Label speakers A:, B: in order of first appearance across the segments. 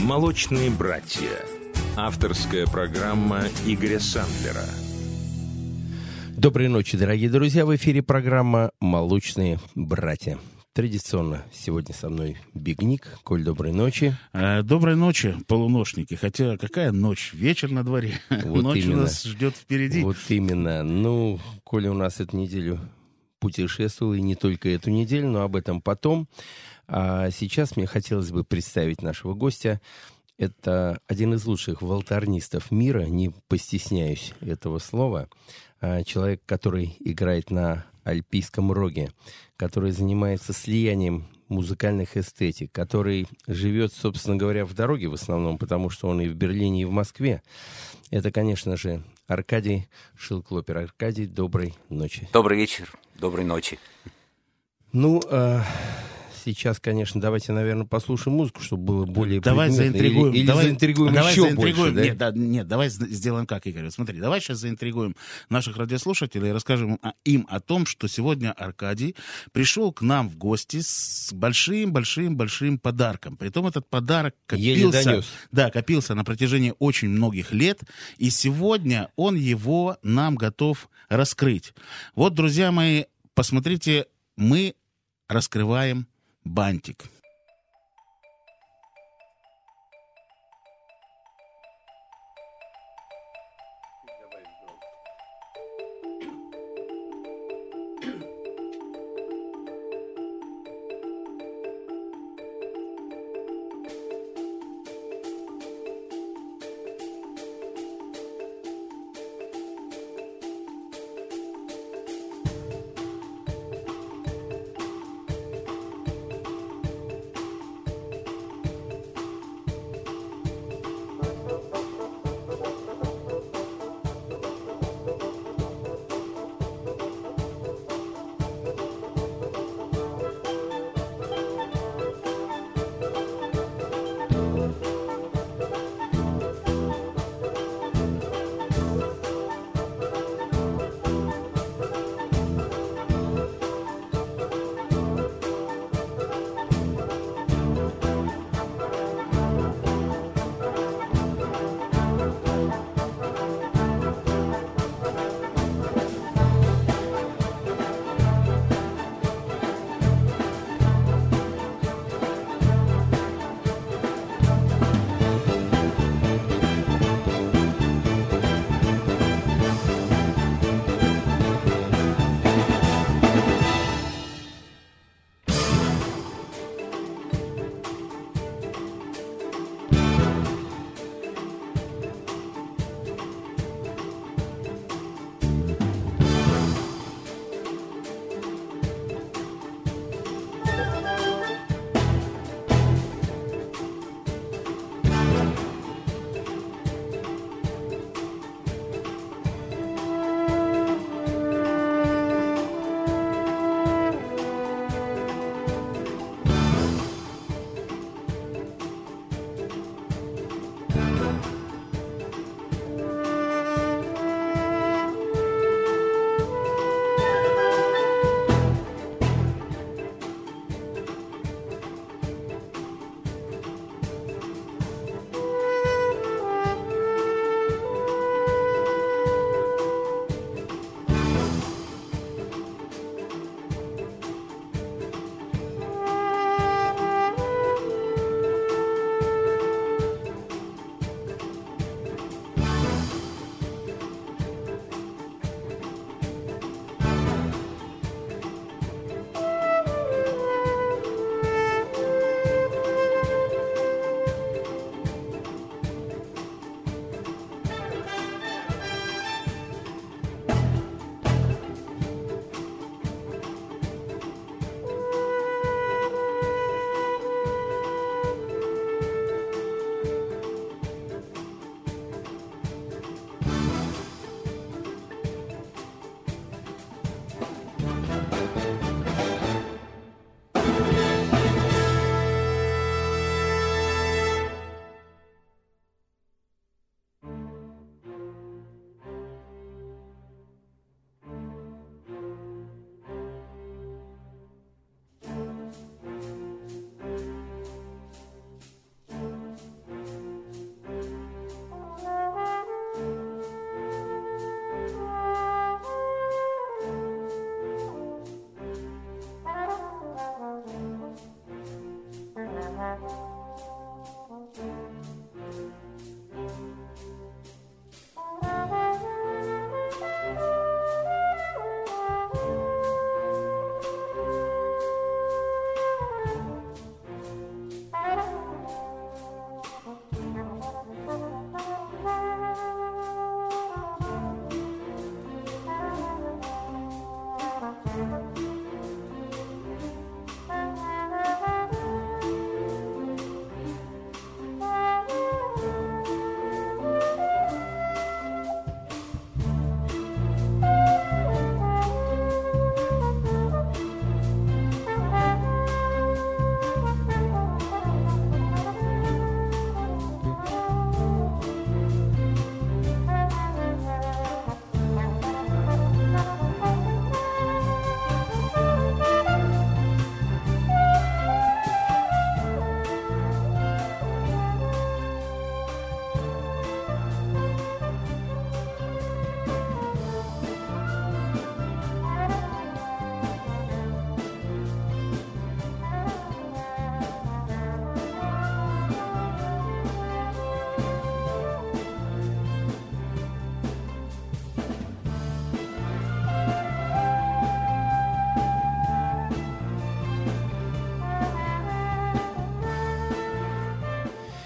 A: «Молочные братья». Авторская программа Игоря Сандлера.
B: Доброй ночи, дорогие друзья. В эфире программа «Молочные братья». Традиционно сегодня со мной Бигник. Коль, доброй ночи.
C: Доброй ночи, полуношники. Хотя какая ночь? Вечер на дворе.
B: Вот
C: ночь
B: именно.
C: У нас ждет впереди.
B: Вот именно. Ну, Коля у нас эту неделю путешествовал, и не только эту неделю, но об этом потом. А сейчас мне хотелось бы представить нашего гостя. Это один из лучших валторнистов мира, не постесняюсь этого слова. Человек, который играет на альпийском роге, который занимается слиянием музыкальных эстетик, который живет, собственно говоря, в дороге в основном, потому что он и в Берлине, и в Москве. Это, конечно же, Аркадий Шилклопер. Аркадий, доброй ночи.
D: Добрый вечер, доброй ночи.
B: Ну, сейчас, конечно, давайте, наверное, послушаем музыку, чтобы было более
C: давай
B: предметно.
C: Заинтригуем.
B: Или заинтригуем
C: давай
B: еще
C: заинтригуем.
B: больше, да?
C: Нет, давай сделаем как, Игорь. Смотри, давай сейчас заинтригуем наших радиослушателей и расскажем им о том, что сегодня Аркадий пришел к нам в гости с большим подарком. Притом этот подарок копился на протяжении очень многих лет, и сегодня он его нам готов раскрыть. Вот, друзья мои, посмотрите, мы раскрываем бантик.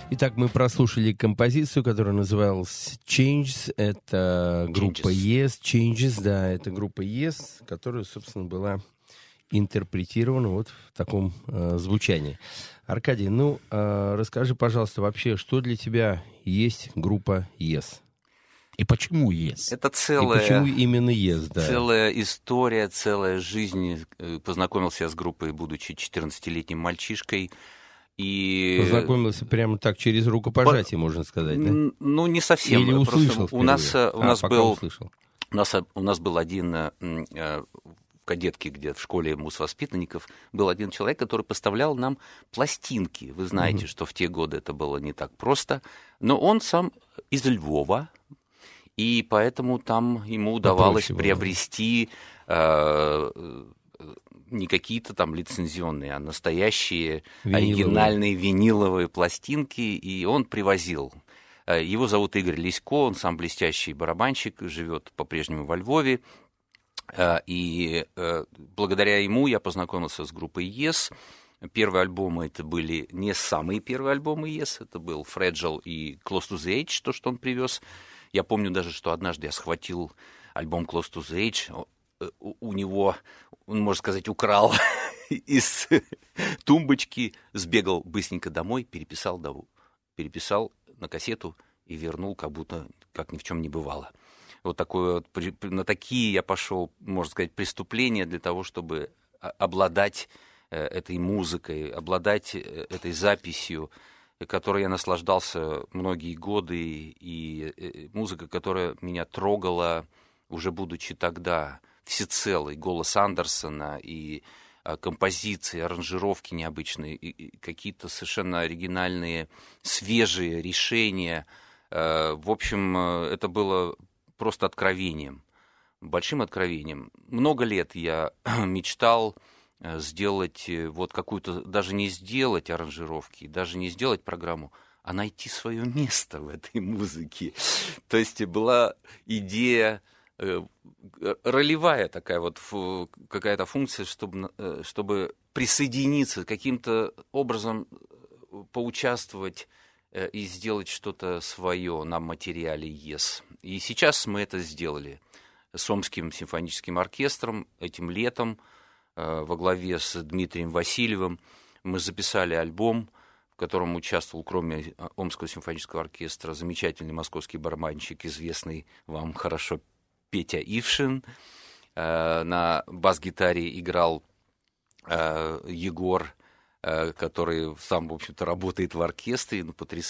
B: Итак, мы прослушали композицию, которая называлась Changes. Это группа Yes. Changes, да, это группа Yes, которая, собственно, была интерпретирована вот в таком звучании. Аркадий, расскажи, пожалуйста, вообще, что для тебя есть группа Yes?
C: И почему Yes?
D: Это целая...
B: И почему именно Yes, да?
D: Целая история, целая жизнь. Познакомился я с группой, будучи 14-летним мальчишкой. И...
B: Познакомился прямо так, через рукопожатие, можно сказать, да?
D: Ну, не совсем.
B: Или услышал
D: у нас был один в кадетке, где в школе музвоспитанников, был один человек, который поставлял нам пластинки. Вы знаете, что в те годы это было не так просто. Но он сам из Львова, и поэтому там ему удавалось приобрести не какие-то там лицензионные, а настоящие оригинальные виниловые пластинки, и он привозил. Его зовут Игорь Лисько, он сам блестящий барабанщик, живет по-прежнему во Львове, и благодаря ему я познакомился с группой Yes. Первые альбомы это были не самые первые альбомы Yes, это был Fragile и Close to the Edge, то, что он привез. Я помню даже, что однажды я схватил альбом Close to the Edge, у него, он, можно сказать, украл из тумбочки, сбегал быстренько домой, переписал на кассету и вернул, как ни в чем не бывало. Вот такое вот, на такие я пошел, можно сказать, преступления для того, чтобы обладать этой музыкой, обладать этой записью, которой я наслаждался многие годы, и музыка, которая меня трогала, уже будучи тогда всецело, и голос Андерсона, и композиции, аранжировки необычные, и какие-то совершенно оригинальные, свежие решения. В общем, это было просто откровением, большим откровением. Много лет я мечтал сделать вот какую-то, даже не сделать аранжировки, даже не сделать программу, а найти свое место в этой музыке. То есть была идея, ролевая такая вот какая-то функция, чтобы присоединиться, каким-то образом поучаствовать и сделать что-то свое на материале Yes. И сейчас мы это сделали с Омским симфоническим оркестром этим летом во главе с Дмитрием Васильевым. Мы записали альбом, в котором участвовал, кроме Омского симфонического оркестра, замечательный московский барабанщик, известный вам хорошо Петя Ившин. На бас-гитаре играл Егор, который сам, в общем-то, работает в оркестре,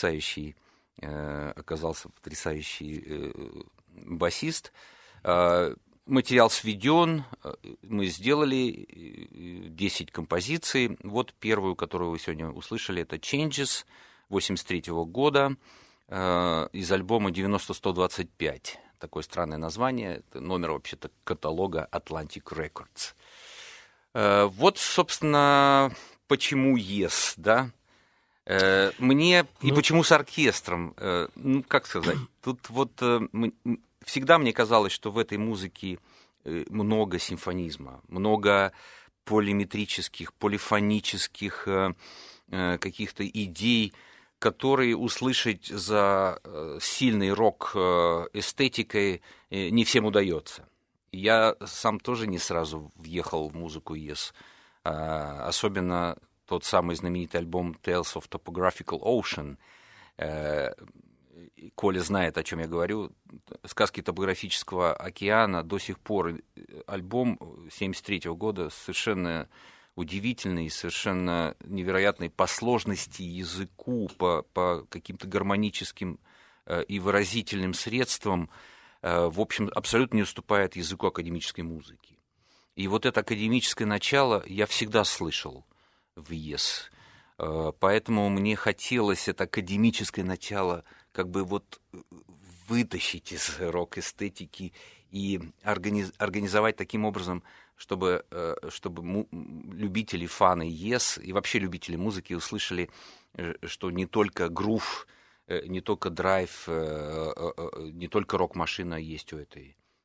D: оказался потрясающий басист. Материал сведен, мы сделали 10 композиций. Вот первую, которую вы сегодня услышали, это Changes 1983 года из альбома 90-125. Такое странное название, это номер вообще-то каталога Atlantic Records. Вот, собственно, почему Yes, да? И почему с оркестром? Как сказать? Тут вот всегда мне казалось, что в этой музыке много симфонизма, много полиметрических, полифонических каких-то идей, которые услышать за сильной рок-эстетикой не всем удается. Я сам тоже не сразу въехал в музыку Yes. Особенно тот самый знаменитый альбом Tales of Topographical Ocean. Коля знает, о чем я говорю. «Сказки топографического океана». До сих пор альбом 1973 года совершенно удивительный, совершенно невероятный по сложности языку, по каким-то гармоническим и выразительным средствам, в общем, абсолютно не уступает языку академической музыки. И вот это академическое начало я всегда слышал в Yes. Поэтому мне хотелось это академическое начало как бы вот вытащить из рок-эстетики и организовать таким образом, чтобы любители, фаны Yes и вообще любители музыки услышали, что не только грув, не только драйв, не только рок-машина есть у этой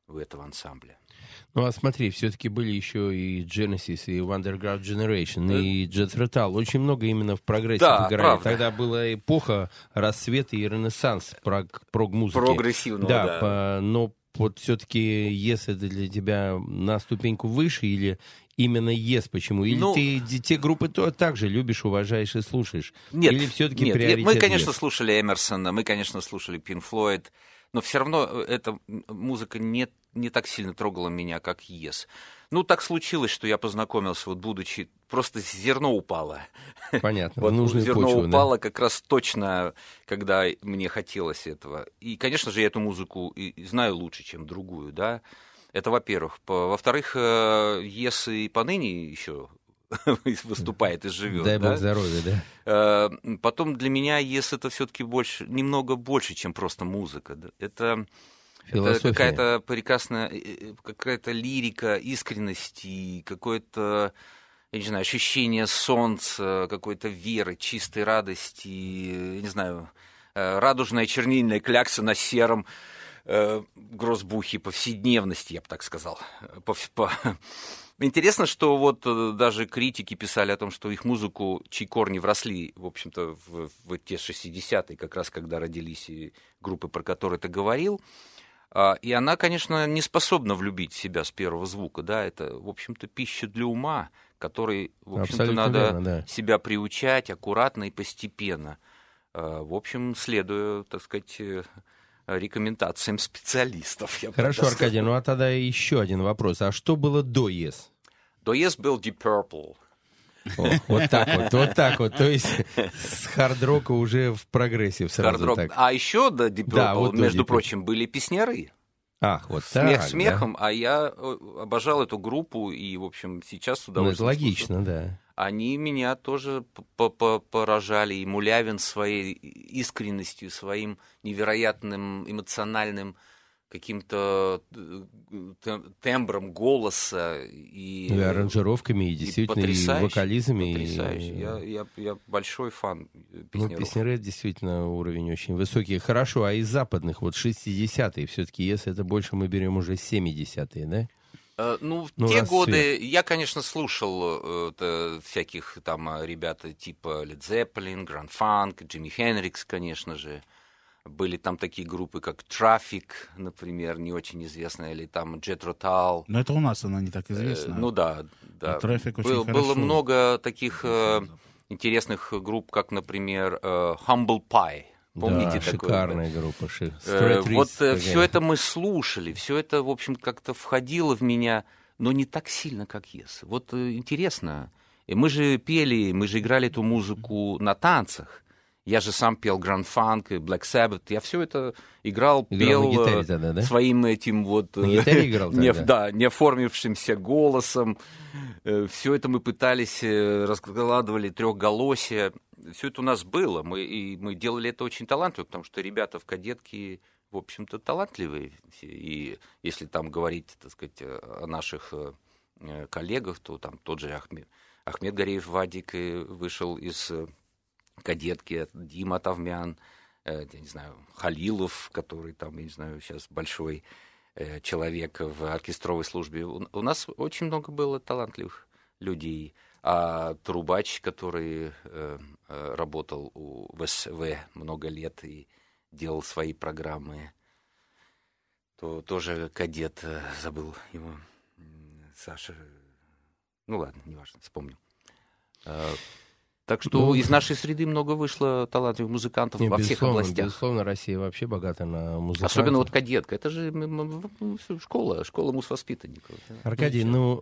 D: у этого ансамбля.
B: Ну, а смотри, все-таки были еще и Genesis, и Underground Generation, и Jethro Tull. Очень много именно в прогрессе играли.
D: Правда.
B: Тогда была эпоха расцвета и ренессанс прог-музыки.
D: Прогрессивного, да.
B: Но вот все-таки Yes это для тебя на ступеньку выше, или именно Yes почему? Или ты те группы также любишь, уважаешь и слушаешь?
D: Нет,
B: или все-таки приоритет
D: мы, конечно,
B: Yes?
D: слушали Эмерсона, мы, конечно, слушали Pink Floyd, но все равно эта музыка не так сильно трогала меня, как Yes. Ну, так случилось, что я познакомился, вот будучи, просто зерно упало.
B: Понятно,
D: вот
B: в нужную
D: зерно
B: почву,
D: упало как раз точно, когда мне хотелось этого. И, конечно же, я эту музыку и знаю лучше, чем другую, да. Это, во-первых. Во-вторых, Yes и поныне еще выступает и живет.
B: Дай бог здоровья, да.
D: Потом для меня Yes это все-таки немного больше, чем просто музыка. Это какая-то прекрасная, какая-то лирика, искренность и какое-то, я не знаю, ощущение солнца, какой-то веры, чистой радости, я не знаю, радужная чернильная клякса на сером грозбухе повседневности, я бы так сказал. Интересно, что вот даже критики писали о том, что их музыку, чьи корни вросли, в общем-то, в те 60-е, как раз когда родились и группы, про которые ты говорил, и она, конечно, не способна влюбить в себя с первого звука, да, это, в общем-то, пища для ума, которой, в общем-то,
B: абсолютно
D: надо
B: верно, да.
D: себя приучать аккуратно и постепенно, в общем, следуя, так сказать, рекомендациям специалистов.
B: Хорошо, Аркадий, ну а тогда еще один вопрос. А что было до Yes?
D: До Yes был Deep Purple.
B: Вот так вот. То есть с хард-рока уже в прогрессив сразу так.
D: А еще до Deep Purple, между прочим, были песняры.
B: Ах, вот
D: Смех
B: так,
D: смехом,
B: да?
D: а я обожал эту группу, и, в общем, сейчас с удовольствием
B: это логично,
D: слушаю.
B: да.
D: Они меня тоже поражали, и Мулявин своей искренностью, своим невероятным эмоциональным каким-то тембром голоса и
B: аранжировками, и действительно, и вокализмами.
D: Потрясающе. Я большой фан песняров.
B: Ну, песняры действительно уровень очень высокий. Хорошо, а из западных, вот 60-е, все-таки, если это больше мы берем уже 70-е, да?
D: В те годы я, конечно, слушал всяких там ребят типа Led Zeppelin, Grand Funk, Джимми Хендрикс, конечно же. Были там такие группы, как Traffic, например, не очень известная, или там Jethro Tull.
C: Но это у нас она не так известна.
D: Да.
C: Traffic очень
D: Было много таких интересных групп, как, например, Humble Pie. Помните
B: да,
D: такое?
B: Шикарная группа.
D: Вот все это мы слушали, все это, в общем, как-то входило в меня, но не так сильно, как Yes. Вот интересно. Мы же пели, мы же играли эту музыку на танцах. Я же сам пел Grand Funk, Black Sabbath. Я все это играл пел
B: на гитаре тогда, да?
D: Своим этим вот
B: на гитаре играл тогда?
D: не оформившимся голосом. Все это мы пытались, раскладывали трехголосие. Все это у нас было. Мы делали это очень талантливо, потому что ребята в кадетке, в общем-то, талантливые. И если там говорить, так сказать, о наших коллегах, то там тот же Ахмед Гареев Вадик вышел из кадетки, Дима Тавмян, я не знаю, Халилов, который там, я не знаю, сейчас большой человек в оркестровой службе. У нас очень много было талантливых людей. А трубач, который работал в СВ много лет и делал свои программы, то тоже кадет, забыл его, Саша, ну ладно, неважно, вспомню. Так что из нашей среды много вышло талантливых музыкантов во всех областях.
B: Безусловно, Россия вообще богата на музыкантов.
D: Особенно вот кадетка. Это же школа музвоспитанников.
B: Аркадий,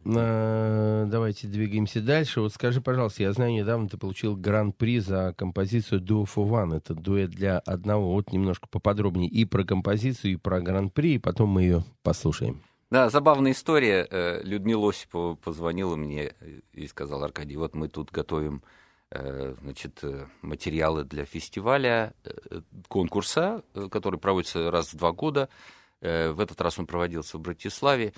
B: давайте двигаемся дальше. Вот скажи, пожалуйста, я знаю, недавно ты получил гран-при за композицию Duo for One. Это дуэт для одного. Вот немножко поподробнее и про композицию, и про гран-при, и потом мы ее послушаем.
D: Да, забавная история. Людмила Осипова позвонила мне и сказала: Аркадий, вот мы тут готовим материалы для фестиваля, конкурса, который проводится раз в 2 года. В этот раз он проводился в Братиславе.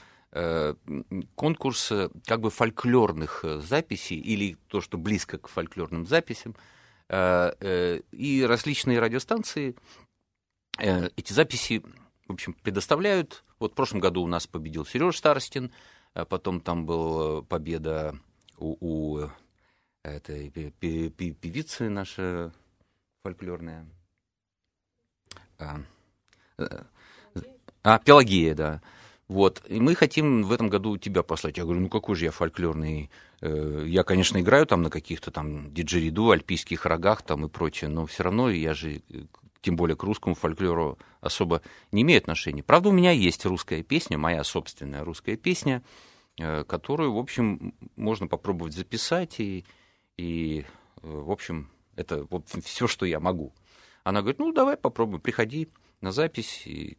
D: Конкурс как бы фольклорных записей, или то, что близко к фольклорным записям, и различные радиостанции эти записи в общем, предоставляют. Вот в прошлом году у нас победил Сережа Старостин, потом там была победа у этой певицы наша фольклорная. Пелагея, да. Вот. И мы хотим в этом году тебя послать. Я говорю, ну какой же я фольклорный. Я, конечно, играю там на каких-то там диджериду, альпийских рогах там и прочее, но все равно я же, тем более к русскому фольклору, особо не имею отношения. Правда, у меня есть русская песня, моя собственная русская песня, которую, в общем, можно попробовать записать, и в общем, это вот все, что я могу. Она говорит, ну, давай попробуем, приходи на запись. И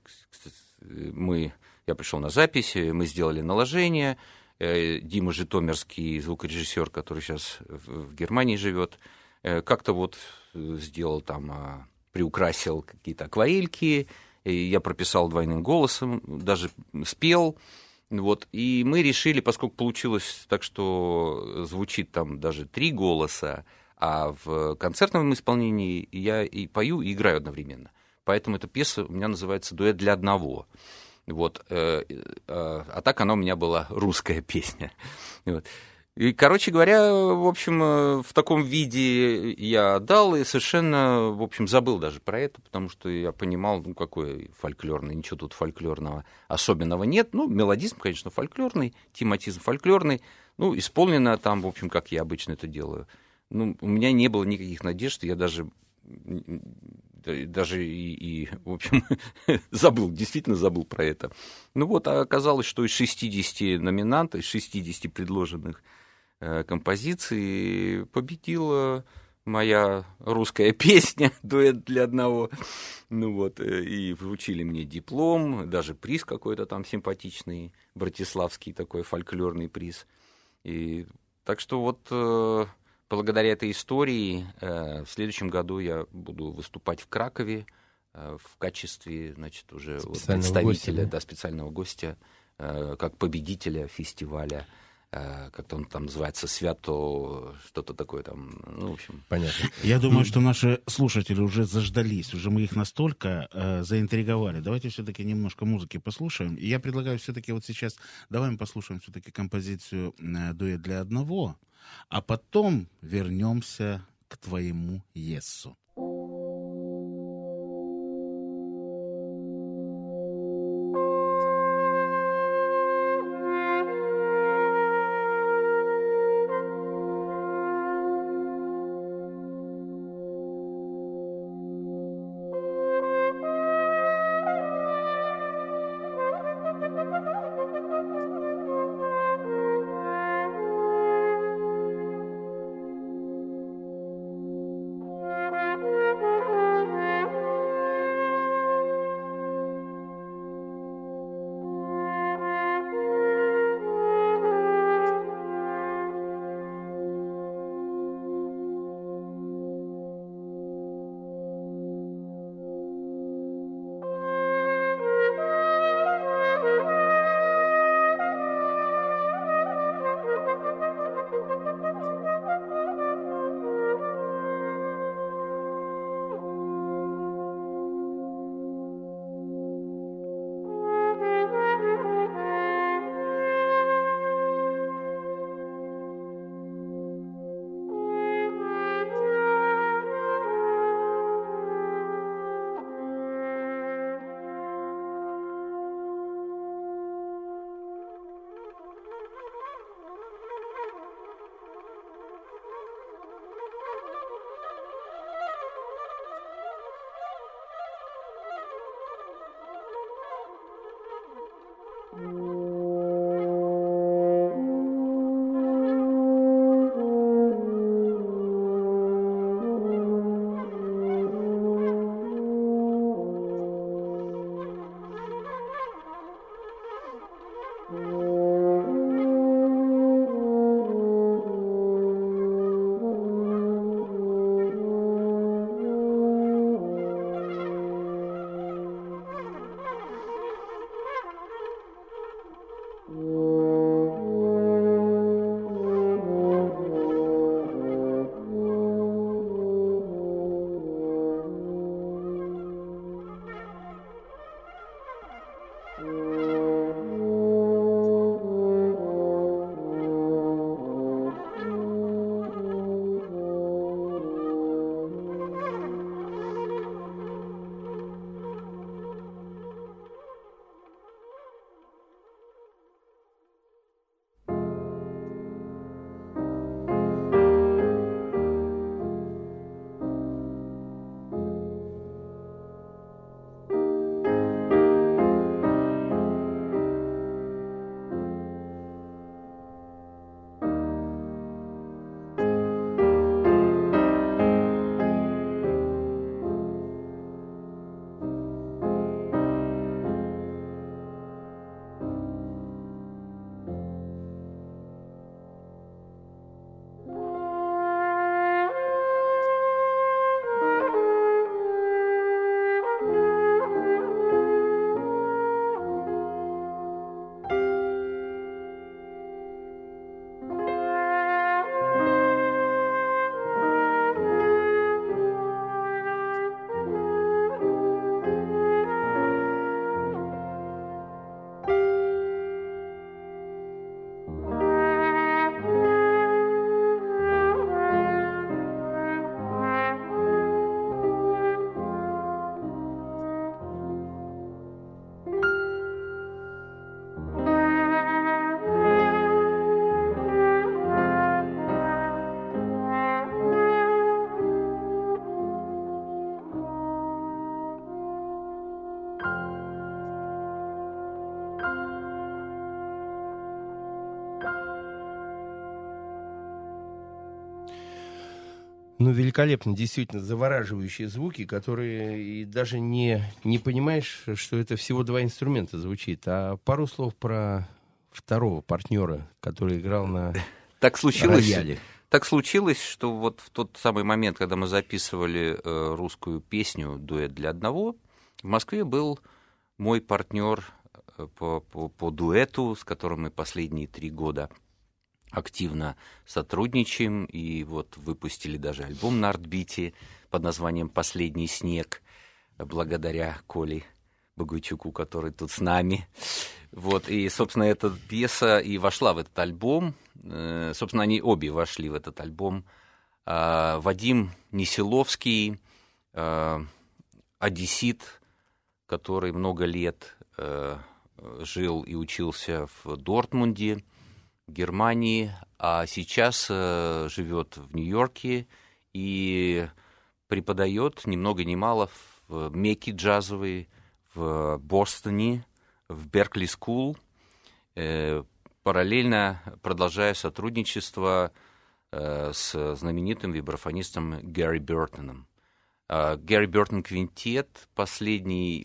D: я пришел на запись, мы сделали наложение. Дима Житомирский, звукорежиссер, который сейчас в Германии живет, как-то вот сделал там, приукрасил какие-то акварельки, я прописал двойным голосом, даже спел. Вот, и мы решили, поскольку получилось так, что звучит там даже 3 голоса, а в концертном исполнении я и пою, и играю одновременно. Поэтому эта пьеса у меня называется «Дуэт для одного». Вот, а так она у меня была русская песня. Вот. И, короче говоря, в общем, в таком виде я отдал и совершенно, в общем, забыл даже про это, потому что я понимал, ну, какой фольклорный, ничего тут фольклорного особенного нет. Ну, мелодизм, конечно, фольклорный, тематизм фольклорный, ну, исполнено там, в общем, как я обычно это делаю. Ну, у меня не было никаких надежд, я даже в общем, забыл, действительно забыл про это. Ну вот, а оказалось, что из 60 номинантов, из 60 предложенных композиций победила моя русская песня «Дуэт для одного». Ну вот, и вручили мне диплом, даже приз какой-то там симпатичный, братиславский такой фольклорный приз. И, так что вот благодаря этой истории в следующем году я буду выступать в Кракове в качестве, значит, уже представителя, гостя, да, специального гостя, как победителя фестиваля. Как-то он там называется, свято, что-то такое там, ну, в общем.
B: Понятно.
C: Я думаю, что наши слушатели уже заждались, уже мы их настолько заинтриговали. Давайте все-таки немножко музыки послушаем. И я предлагаю все-таки вот сейчас, давай мы послушаем все-таки композицию «Дуэт для одного», а потом вернемся к твоему Ессу.
B: Ну, великолепно, действительно, завораживающие звуки, которые и даже не понимаешь, что это всего два инструмента звучит. А пару слов про второго партнера, который играл на рояле.
D: Так случилось, что вот в тот самый момент, когда мы записывали русскую песню «Дуэт для одного», в Москве был мой партнер по дуэту, с которым мы последние 3 года активно сотрудничаем, и вот выпустили даже альбом на Артбите под названием «Последний снег», благодаря Коле Богойчуку, который тут с нами. Вот, и, собственно, эта пьеса и вошла в этот альбом. Собственно, они обе вошли в этот альбом. Вадим Несиловский, одессит, который много лет жил и учился в Дортмунде, Германии, а сейчас живет в Нью-Йорке и преподает ни много ни мало в Мекке джазовой, в Бостоне, в Беркли Скул, параллельно продолжая сотрудничество с знаменитым вибрафонистом Гэри Бёртоном. Гэри Бёртон квинтет, последний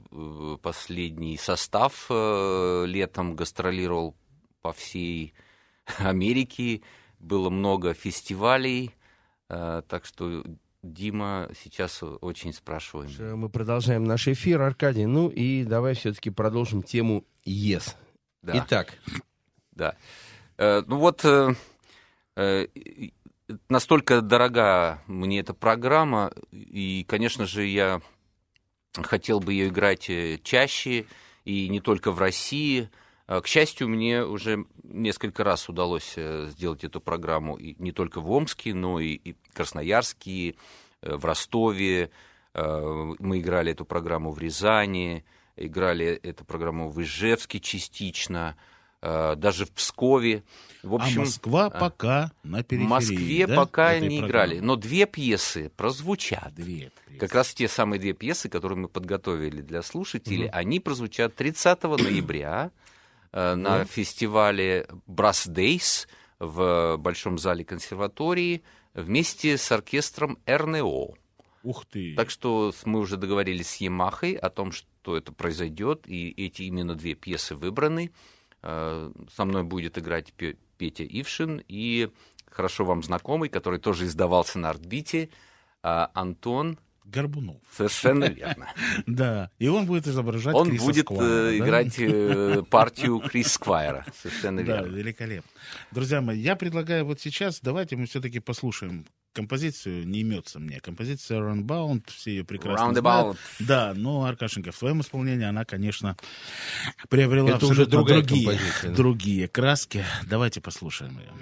D: состав летом гастролировал по всей Америке, было много фестивалей, так что Дима сейчас очень спрашиваем.
B: Мы продолжаем наш эфир, Аркадий. Ну и давай все-таки продолжим тему Yes.
D: Да.
B: Итак.
D: Да. Настолько дорога мне эта программа, и, конечно же, я хотел бы ее играть чаще, и не только в России. К счастью, мне уже несколько раз удалось сделать эту программу и не только в Омске, но и в Красноярске, в Ростове. Мы играли эту программу в Рязани, играли эту программу в Ижевске частично, даже в Пскове. В общем,
C: Москва пока на периферии.
D: В Москве пока не играли, но 2 пьесы прозвучат. 2 пьесы. Как раз те самые 2 пьесы, которые мы подготовили для слушателей, они прозвучат 30 ноября на фестивале Brass Days в Большом зале консерватории вместе с оркестром РНО.
C: Ух ты!
D: Так что мы уже договорились с Ямахой о том, что это произойдет, и эти именно 2 пьесы выбраны. Со мной будет играть Петя Ившин и хорошо вам знакомый, который тоже издавался на Артбите, Антон
C: Горбунов.
D: Совершенно верно.
C: Да, и он будет изображать
D: Криса
C: Сквайра.
D: Он будет играть партию Крис Сквайра. Совершенно верно.
C: Да, великолепно. Друзья мои, я предлагаю вот сейчас, давайте мы все-таки послушаем композицию, не имется мне. Композиция Roundabout, все ее прекрасно знают. Да, но, Аркашенька, в твоем исполнении она, конечно, приобрела
B: это абсолютно
C: уже другие краски. Давайте послушаем ее.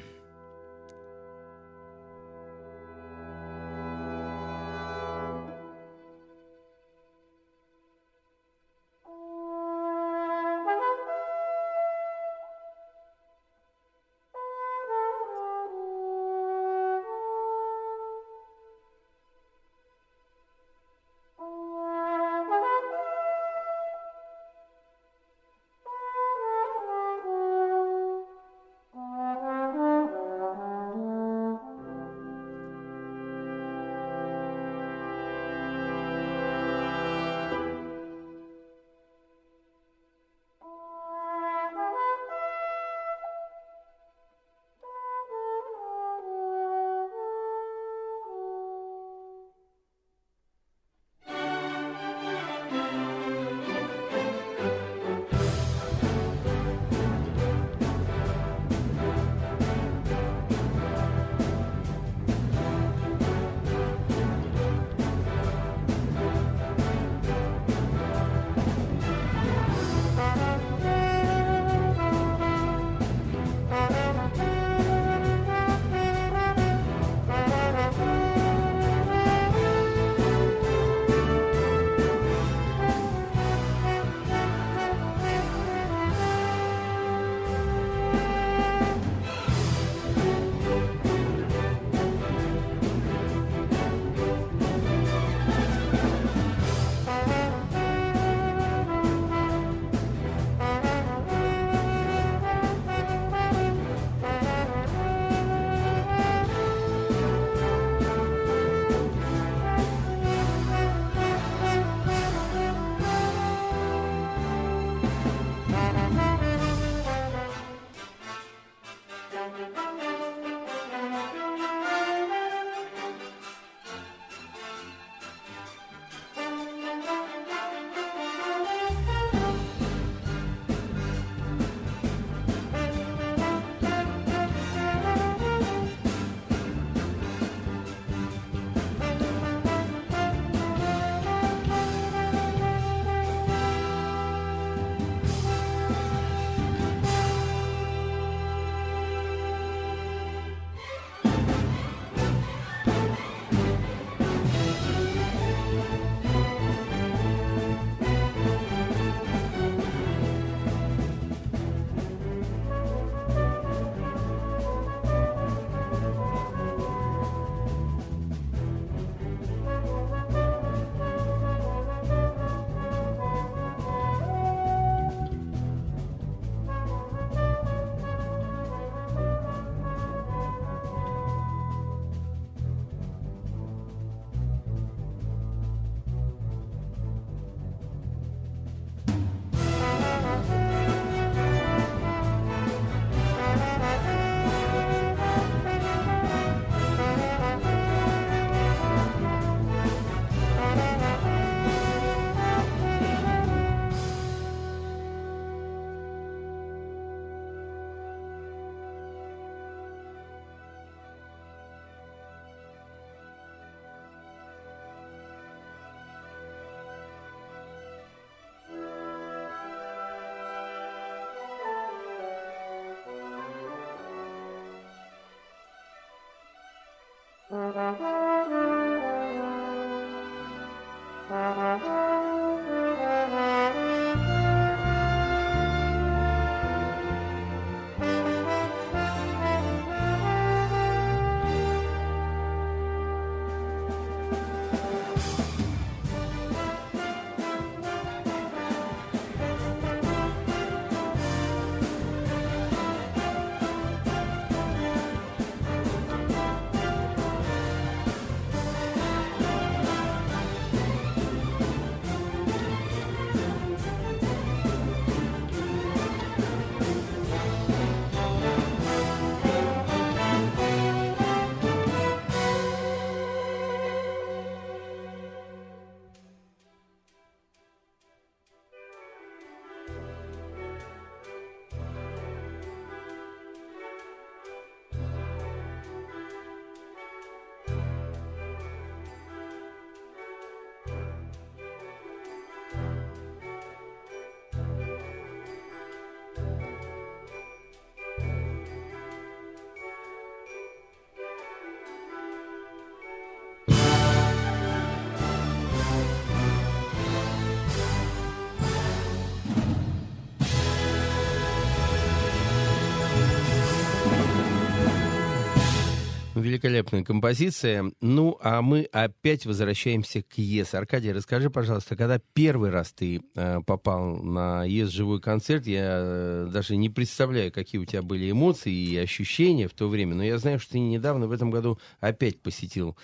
B: Великолепная композиция. Ну, а мы опять возвращаемся к ЕС. Аркадий, расскажи, пожалуйста, когда первый раз ты попал на ЕС живой концерт, я даже не представляю, какие у тебя были эмоции и ощущения в то время, но я знаю, что ты недавно в этом году опять посетил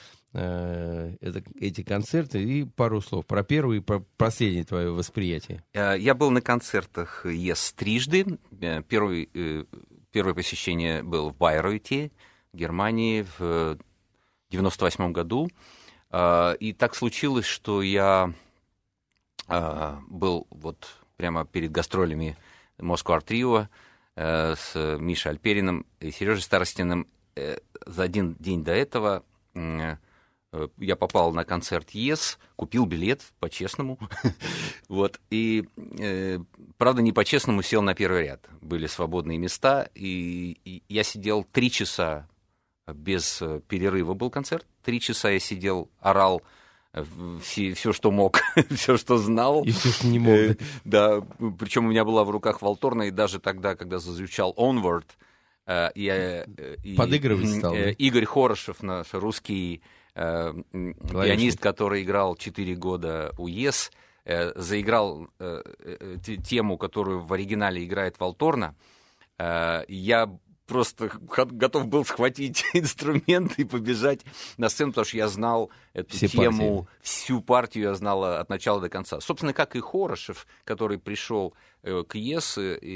B: эти концерты. И пару слов про первое и про последнее твое восприятие.
D: Я был на концертах ЕС трижды. Первое посещение было в Байройте, Германии, в 1998 году. И так случилось, что я был вот прямо перед гастролями Moscow Art Trio с Мишей Альпериным и Сережей Старостиным. За один день до этого я попал на концерт ЕС, купил билет по-честному. Вот. И, правда, не по-честному сел на первый ряд. Были свободные места, и я сидел 3 часа без перерыва был концерт. 3 часа я сидел, орал все, что мог, все, что знал.
B: И все, что не мог.
D: Да, причем у меня была в руках валторна, и даже тогда, когда зазвучал Onward,
B: подыгрывать стал.
D: Игорь Хорошев, наш русский пианист, который играл 4 года у ЕС, заиграл тему, которую в оригинале играет валторна. Я просто готов был схватить инструмент и побежать на сцену, потому что я знал эту тему, всю партию я знал от начала до конца. Собственно, как и Хорошев, который пришел к ЕС,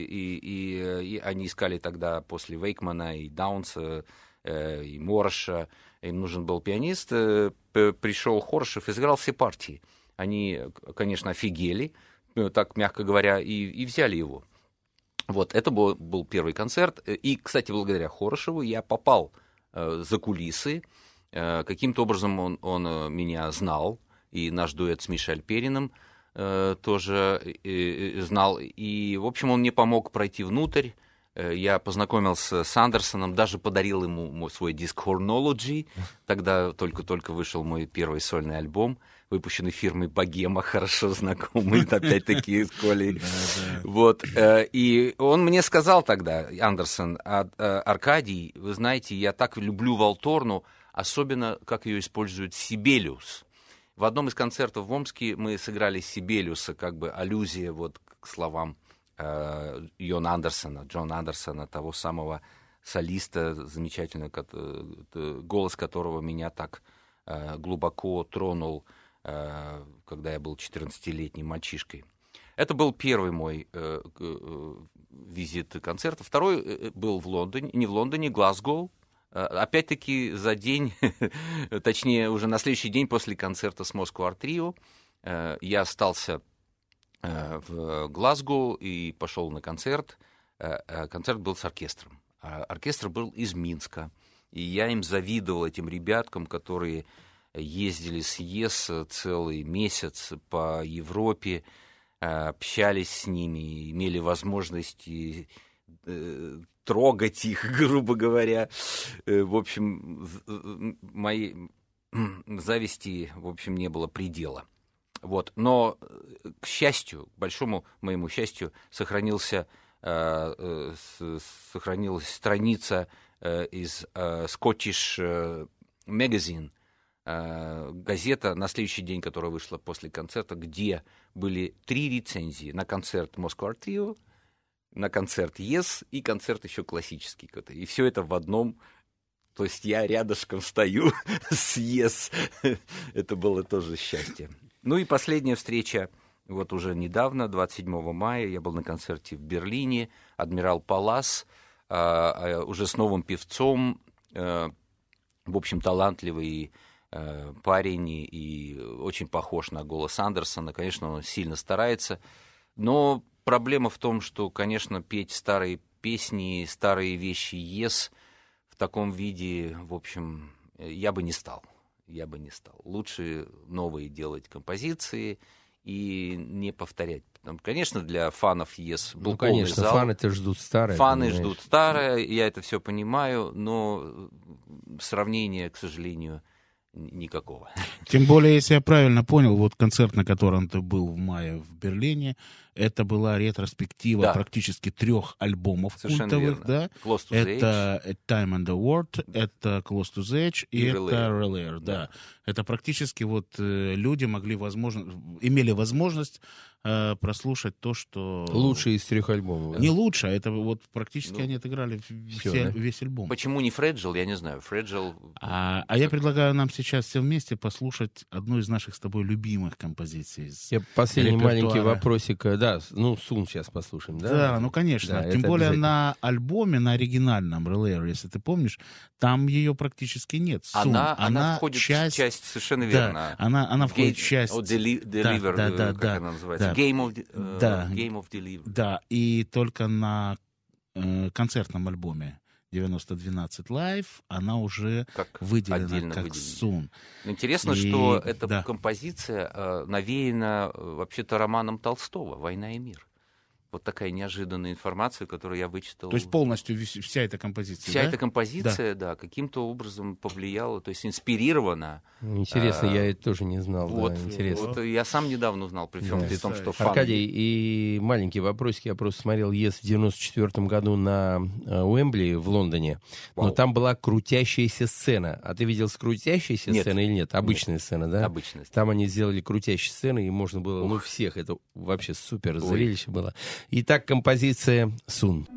D: и они искали тогда после Вейкмана и Даунса, и Мороша, им нужен был пианист, пришел Хорошев и сыграл все партии. Они, конечно, офигели, так мягко говоря, и взяли его. Вот, это был первый концерт. И, кстати, благодаря Хорошеву я попал за кулисы. Каким-то образом он меня знал, и наш дуэт с Мишей Альпериным тоже знал. И, в общем, он мне помог пройти внутрь. Я познакомился с Андерсоном, даже подарил ему свой диск Hornology. Тогда только-только вышел мой первый сольный альбом, выпущенный фирмой Богема, хорошо знакомый, опять-таки, с Колей. Вот. И он мне сказал тогда, Андерсон: Аркадий, вы знаете, я так люблю валторну, особенно как ее использует Сибелиус. В одном из концертов в Омске мы сыграли Сибелиуса, как бы аллюзия вот к словам Джона Андерсона, того самого солиста замечательного, голос которого меня так глубоко тронул, когда я был 14-летним мальчишкой. Это был первый мой визит концерта. Второй был в Лондоне, не в Лондоне, Глазго. Опять-таки за день, точнее уже на следующий день после концерта с Moscow Art Trio я остался в Глазго и пошел на концерт. Концерт был с оркестром. Оркестр был из Минска. И я им завидовал, этим ребяткам, которые ездили с ЕС целый месяц по Европе, общались с ними, имели возможность трогать их, грубо говоря. В общем, моей зависти, в общем, не было предела. Вот. Но, к счастью, к большому моему счастью, сохранилась страница из Scottish Magazine, газета, на следующий день, которая вышла после концерта, где были 3 рецензии на концерт Moscow Art Trio, на концерт Yes и концерт еще классический. И все это в одном. То есть я рядышком стою с Yes. Это было тоже счастье. Ну и последняя встреча, вот уже недавно, 27 мая, я был на концерте в Берлине, Адмирал Палас, уже с новым певцом, в общем, талантливый парень и очень похож на голос Андерсона. Конечно, он сильно старается, но проблема в том, что, конечно, петь старые песни, старые вещи Yes в таком виде, в общем, я бы не стал. Лучше новые делать композиции и не повторять. Конечно, для фанов Yes был полный зал.
B: Фаны-то ждут старое.
D: Фаны ждут старое, я это все понимаю, но сравнения, к сожалению, никакого.
C: Тем более, если я правильно понял, вот концерт, на котором ты был в мае в Берлине, это была ретроспектива практически 3 альбомов культовых, да?
D: Close to the
C: это Time and the World, это Close to the Edge и это Relayer, да. Это практически вот люди имели возможность прослушать то, что...
B: Лучшие из 3 альбомов.
C: Не лучше, это вот практически они отыграли весь альбом.
D: Почему не Fragile, я не знаю. Fragile...
C: А я предлагаю нам сейчас все вместе послушать одну из наших с тобой любимых композиций.
B: Последний маленький вопросик. Да, Sun сейчас послушаем, да?
C: Да, ну конечно.
B: Да,
C: тем более на альбоме, на оригинальном Relayer, если ты помнишь, там ее практически нет. Sun.
D: Она входит в часть, совершенно верно.
C: Она входит в часть...
D: Deliver, как она называется? Game of Deliver.
C: Да, и только на концертном альбоме 9012 Live она уже выделена как Sun.
D: Интересно, что эта композиция навеяна вообще-то романом Толстого «Война и мир». Вот такая неожиданная информация, которую я вычитал.
C: То есть полностью вся эта композиция,
D: Вся эта композиция, да, каким-то образом повлияла, то есть инспирирована.
B: Интересно, я это тоже не знал.
D: Вот,
B: да, интересно.
D: Вот я сам недавно узнал, при всем при том, что фан...
B: Аркадий, и маленький вопросик. Я просто смотрел Yes в 94 году на Уэмбли в Лондоне, но там была крутящаяся сцена. А ты видел с крутящейся сценой или нет? Обычная сцена, да?
D: Обычная.
B: Там они сделали крутящие сцены, и можно было, всех. Это вообще супер зрелище было. Итак, композиция «Sun».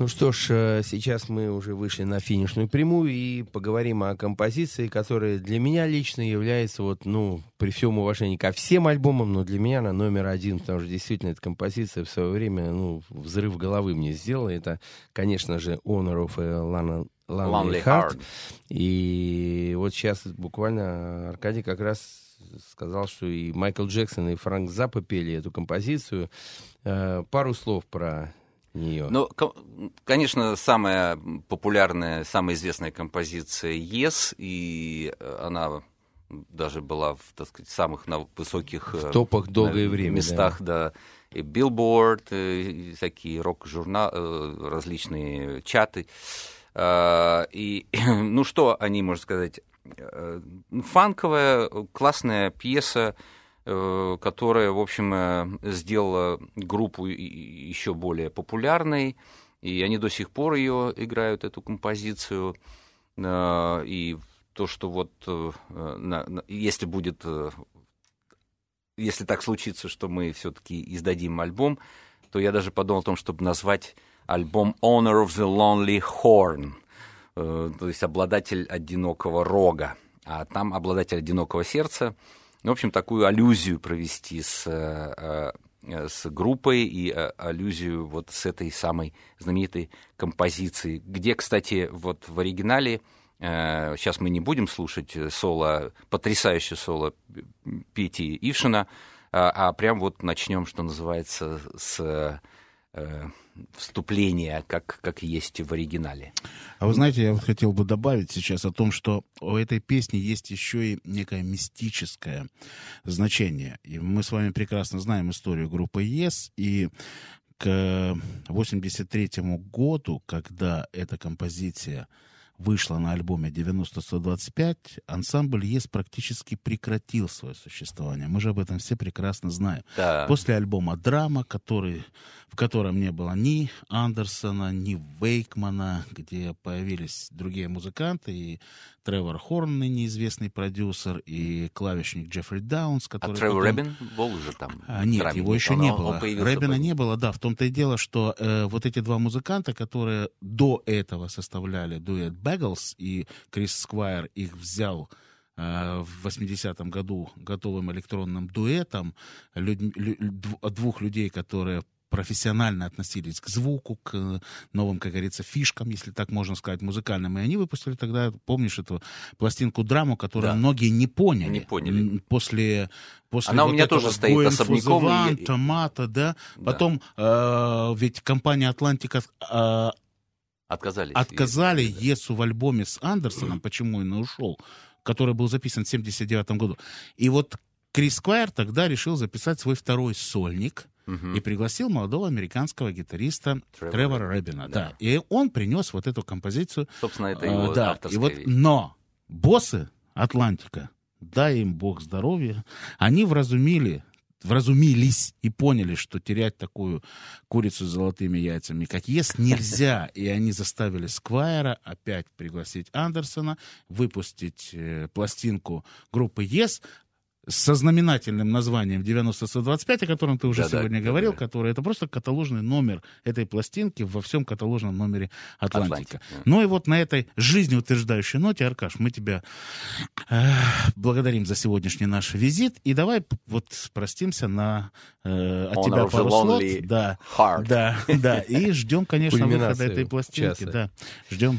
B: Ну что ж, сейчас мы уже вышли на финишную прямую и поговорим о композиции, которая для меня лично является, при всем уважении ко всем альбомам, но для меня она номер один, потому что действительно эта композиция в свое время, взрыв головы мне сделала. Это, конечно же, Honor of a Lonely Heart. И вот сейчас буквально Аркадий как раз сказал, что и Майкл Джексон, и Фрэнк Заппа пели эту композицию. Пару слов про нее.
D: Ну, конечно, самая популярная, самая известная композиция «Yes», и она даже была в, так сказать, самых высоких
B: в топах долгое время,
D: местах, да. И Billboard, всякие рок-журналы, различные чаты. И, что о ней можно сказать? Фанковая, классная пьеса, которая, в общем, сделала группу еще более популярной, и они до сих пор ее играют, эту композицию. И то, что если так случится, что мы все-таки издадим альбом, то я даже подумал о том, чтобы назвать альбом «Honor of the Lonely Horn», то есть обладатель одинокого рога, а там обладатель одинокого сердца. В общем, такую аллюзию провести с группой и аллюзию вот с этой самой знаменитой композицией, где, кстати, вот в оригинале, сейчас мы не будем слушать соло, потрясающее соло Пети Ившина, а прям вот начнем, что называется, с вступления, как есть в оригинале.
C: А вы знаете, я вот хотел бы добавить сейчас о том, что у этой песни есть еще и некое мистическое значение. И мы с вами прекрасно знаем историю группы Yes, и к 1983 году, когда эта композиция вышла на альбоме 90-125, ансамбль Yes практически прекратил свое существование. Мы же об этом все прекрасно знаем.
D: Да.
C: После альбома «Драма», в котором не было ни Андерсона, ни Вейкмана, где появились другие музыканты, и Тревор Хорн, ныне известный продюсер, и клавишник Джеффри Даунс, который...
D: А Тревор Ребин был уже там?
C: Нет, его еще не было. Ребина не было, да. В том-то и дело, что вот эти два музыканта, которые до этого составляли дуэт Bagels, и Крис Сквайр их взял в 80-м году готовым электронным дуэтом, двух людей, которые профессионально относились к звуку, к новым, как говорится, фишкам, если так можно сказать, музыкальным. И они выпустили тогда, помнишь, эту пластинку «Драму», которую многие не поняли.
D: Не поняли.
C: После
D: она
C: вот
D: у меня тоже стоит особняком.
C: One, «Томата», да. Потом ведь компания «Атлантика» отказали Есу в альбоме с Андерсоном, почему он ушел, который был записан в 1979 году. И вот Крис Сквайр тогда решил записать свой второй сольник и пригласил молодого американского гитариста Тревора Ребина. Да. И он принес вот эту композицию.
D: Собственно, это его авторская вещь.
C: Но боссы «Атлантика», дай им бог здоровья, они вразумились и поняли, что терять такую курицу с золотыми яйцами, как Yes, нельзя. И они заставили Сквайра опять пригласить Андерсона, выпустить пластинку группы Yes со знаменательным названием 90-125, о котором ты уже сегодня говорил, который это просто каталожный номер этой пластинки во всем каталожном номере «Атлантика». Ну и вот на этой жизнеутверждающей ноте, Аркаш, мы тебя благодарим за сегодняшний наш визит. И давай вот простимся от тебя пару слов. Да, и ждем, конечно, выхода этой пластинки. Да, ждем.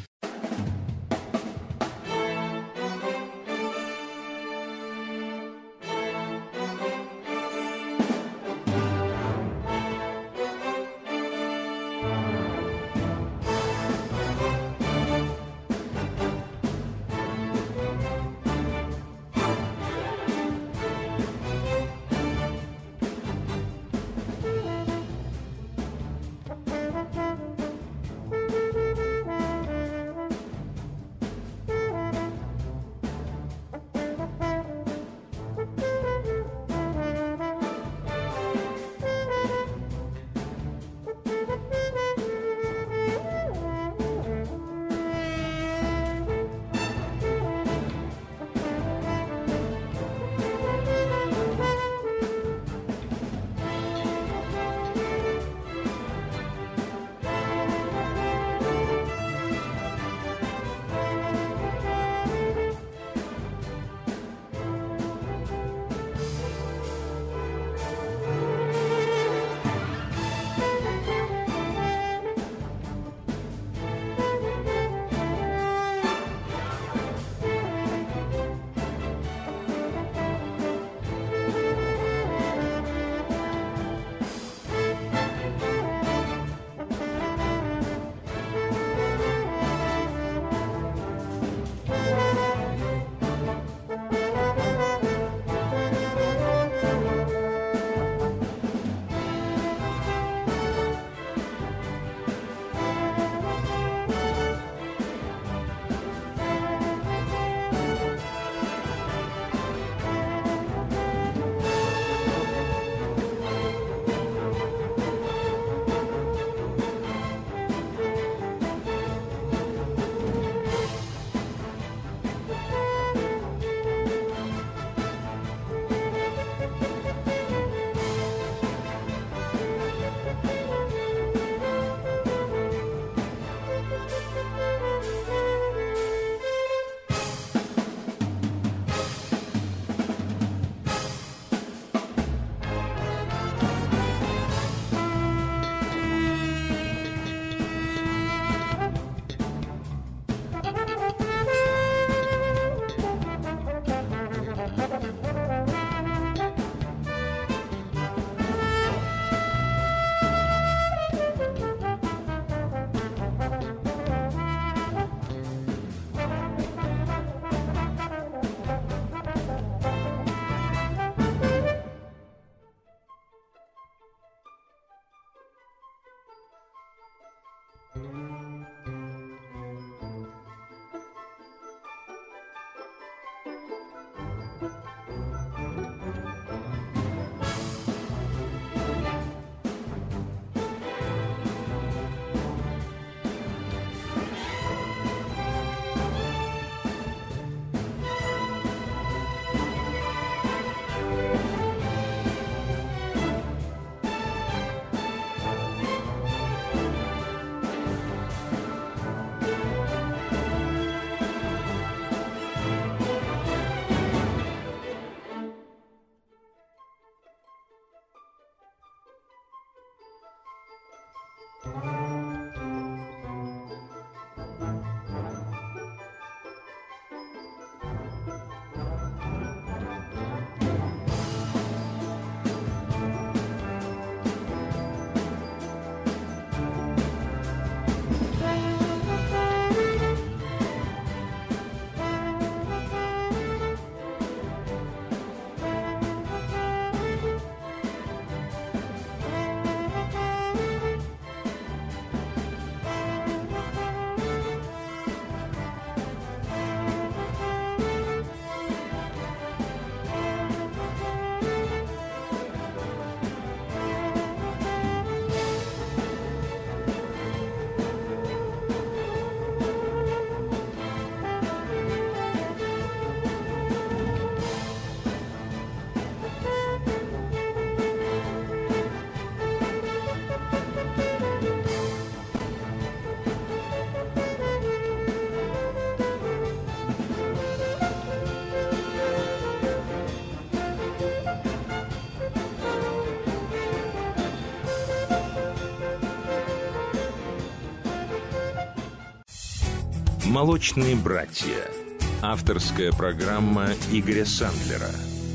A: «Молочные братья». Авторская программа Игоря Сандлера.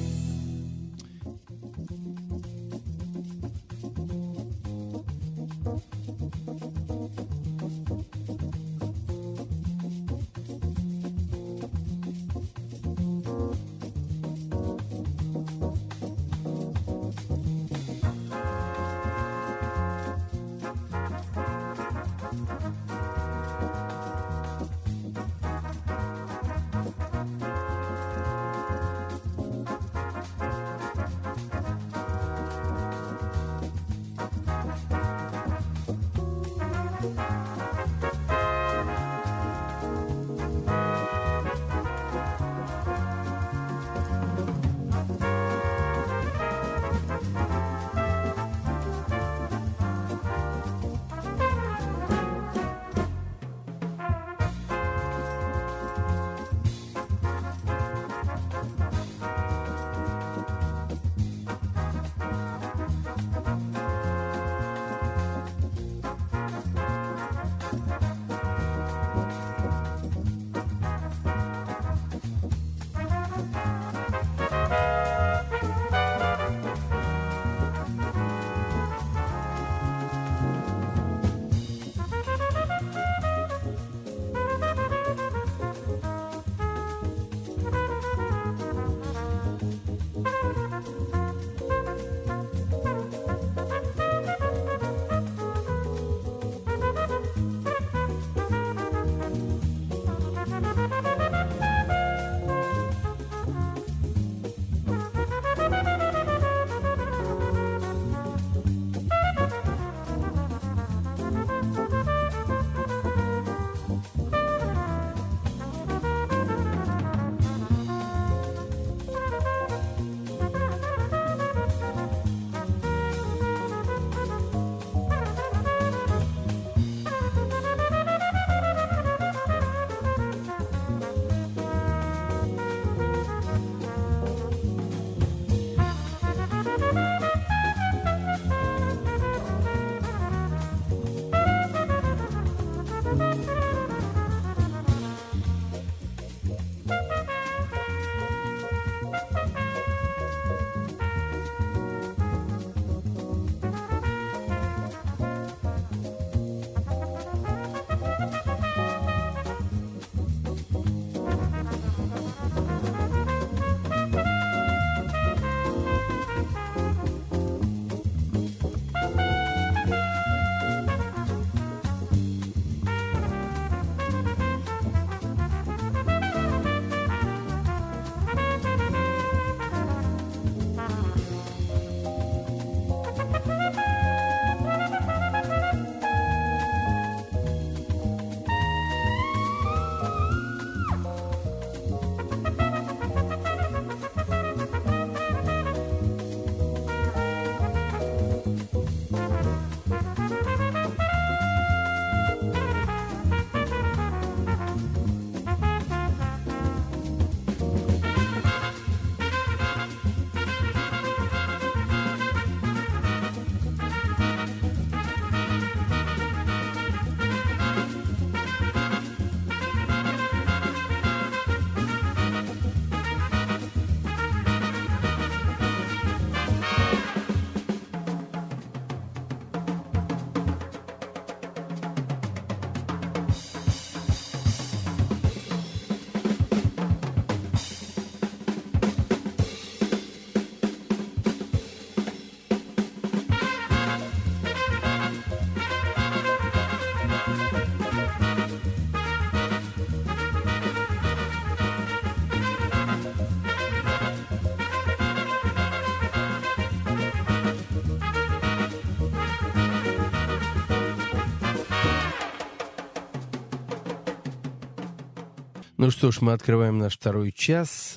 B: Ну что ж, мы открываем наш второй час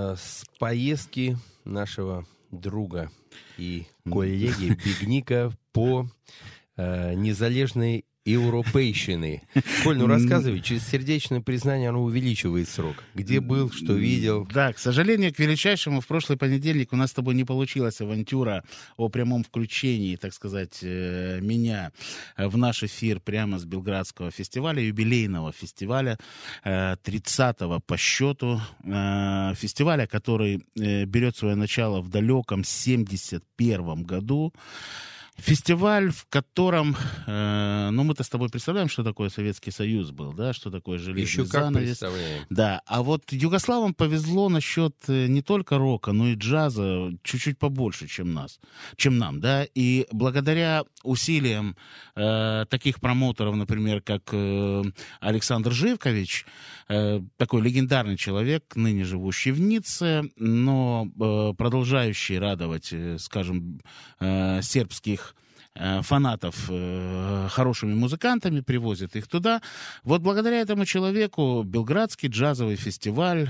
B: с поездки нашего друга и коллеги Бігніка по незалежной европейщины. Коль, ну рассказывай, через сердечное признание оно увеличивает срок. Где был, что видел?
C: Да, к сожалению, к величайшему, в прошлый понедельник у нас с тобой не получилась авантюра о прямом включении, так сказать, меня в наш эфир прямо с Белградского фестиваля, юбилейного фестиваля, 30-го по счету, фестиваля, который берет свое начало в далеком 71-м году. Фестиваль, в котором, ну, мы-то с тобой представляем, что такое Советский Союз был, да, что такое железный
B: Еще
C: занавес.
B: как представляем.
C: Да, а вот югославам повезло насчет не только рока, но и джаза чуть-чуть побольше, чем нам, да, и благодаря усилиям таких промоутеров, например, как Александр Живкович, такой легендарный человек, ныне живущий в Ницце, но продолжающий радовать, скажем, сербских фанатов хорошими музыкантами, привозят их туда. Вот благодаря этому человеку Белградский джазовый фестиваль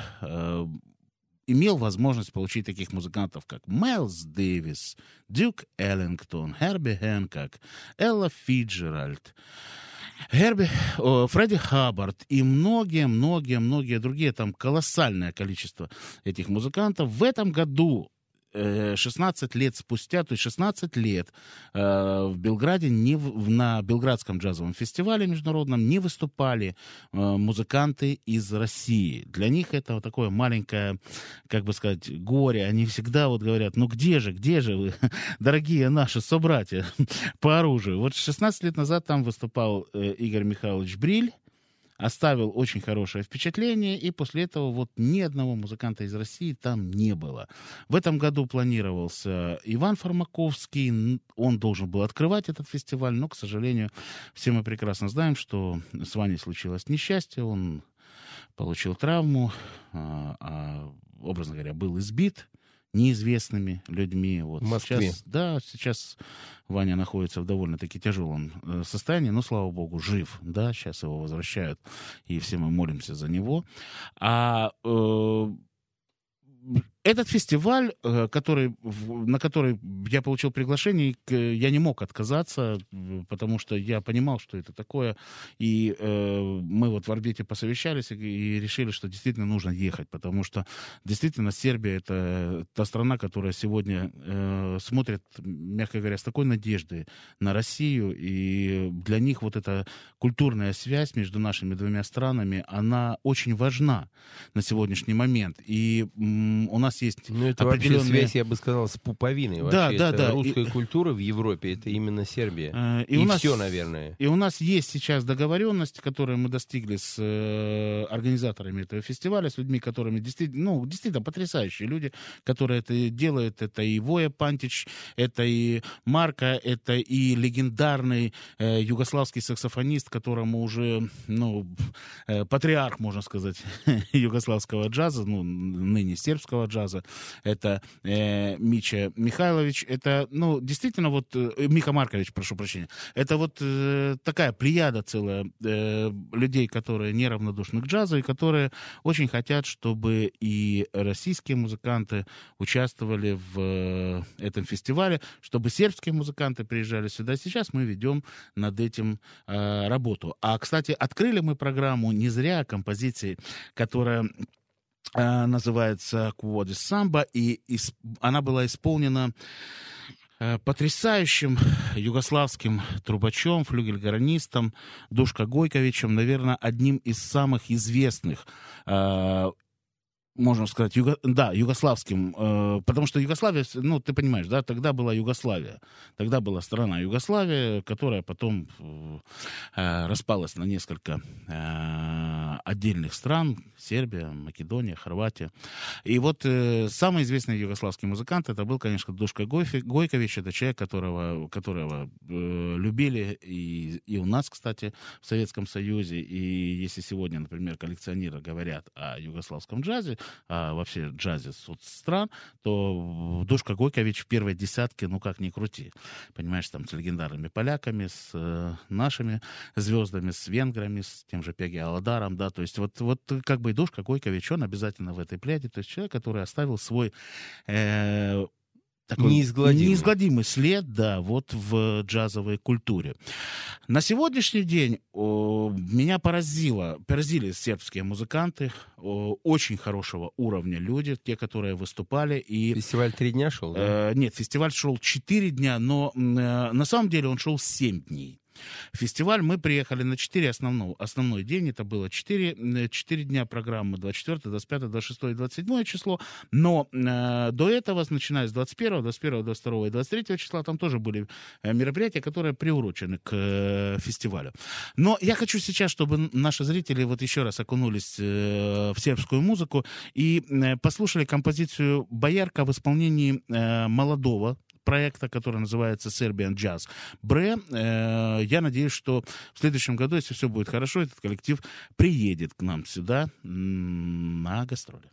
C: имел возможность получить таких музыкантов, как Майлз Дэвис, Дюк Эллингтон, Херби Хэнкок, Элла Фиджеральд, Фредди Хаббард и многие другие. Там колоссальное количество этих музыкантов. В этом году 16 лет спустя, то есть 16 лет в Белграде, на Белградском джазовом фестивале международном не выступали музыканты из России. Для них это вот такое маленькое, как бы сказать, горе. Они всегда вот говорят, ну где же вы, дорогие наши собратья по оружию. Вот 16 лет назад там выступал Игорь Михайлович Бриль, оставил очень хорошее впечатление, и после этого вот ни одного музыканта из России там не было. В этом году планировался Иван Фармаковский, он должен был открывать этот фестиваль, но, к сожалению, все мы прекрасно знаем, что с Ваней случилось несчастье, он получил травму, образно говоря, был избит неизвестными людьми. Вот
B: в Москве.
C: Сейчас Ваня находится в довольно-таки тяжелом состоянии, но, слава богу, жив. Да, сейчас его возвращают, и все мы молимся за него. Этот фестиваль, на который я получил приглашение, я не мог отказаться, потому что я понимал, что это такое. И мы вот в орбите посовещались и решили, что действительно нужно ехать, потому что действительно Сербия — это та страна, которая сегодня смотрит, мягко говоря, с такой надеждой на Россию. И для них вот эта культурная связь между нашими двумя странами, она очень важна на сегодняшний момент. И у нас есть
B: это
C: определенные...
B: вообще связь, я бы сказал, с пуповиной. Вообще, русская культура в Европе — это именно Сербия. И все, наверное.
C: И у нас есть сейчас договоренность, которую мы достигли с организаторами этого фестиваля, с людьми, которыми действительно потрясающие люди, которые это делают. Это и Воя Пантич, это и Марко, это и легендарный югославский саксофонист, которому уже, патриарх, можно сказать, югославского джаза, ныне сербского джаза. Это Мича Михайлович. Это, действительно, Миха Маркович, прошу прощения. Это вот такая плеяда целая людей, которые неравнодушны к джазу и которые очень хотят, чтобы и российские музыканты участвовали в этом фестивале, чтобы сербские музыканты приезжали сюда. Сейчас мы ведем над этим работу. Кстати, открыли мы программу не зря композицией, которая называется «Кводис Самба», и она была исполнена потрясающим югославским трубачом, флюгельгорнистом Душко Гойковичем, наверное, одним из самых известных, можно сказать, югославским, потому что Югославия, ты понимаешь, да, тогда была Югославия, тогда была страна Югославия, которая потом распалась на несколько отдельных стран, Сербия, Македония, Хорватия. И вот самый известный югославский музыкант, это был, конечно, Душко Гойкович, это человек, которого любили и у нас, кстати, в Советском Союзе, и если сегодня, например, коллекционеры говорят о югославском джазе, вообще джазе соцстран, то Душко Гойкович в первой десятке, как ни крути. Понимаешь, там с легендарными поляками, с нашими звездами, с венграми, с тем же Пеги Аладаром, да, то есть вот как бы и Душко Гойкович, он обязательно в этой пляде, то есть человек, который оставил свой такой
B: неизгладимый
C: след, да, вот в джазовой культуре. На сегодняшний день меня поразили сербские музыканты, очень хорошего уровня люди, те, которые выступали. И,
B: фестиваль 3 дня шел, да?
C: Нет, фестиваль шел 4 дня, но на самом деле он шел 7 дней. Фестиваль мы приехали на 4 основной день, это было 4 дня программы, 24, 25, 26 и 27 число, но до этого, начиная с 21, 22 и 23 числа, там тоже были мероприятия, которые приурочены к фестивалю. Но я хочу сейчас, чтобы наши зрители вот еще раз окунулись в сербскую музыку и послушали композицию «Боярка» в исполнении молодого проекта, который называется Serbian Jazz Bre. Я надеюсь, что в следующем году, если все будет хорошо, этот коллектив приедет к нам сюда на гастроли.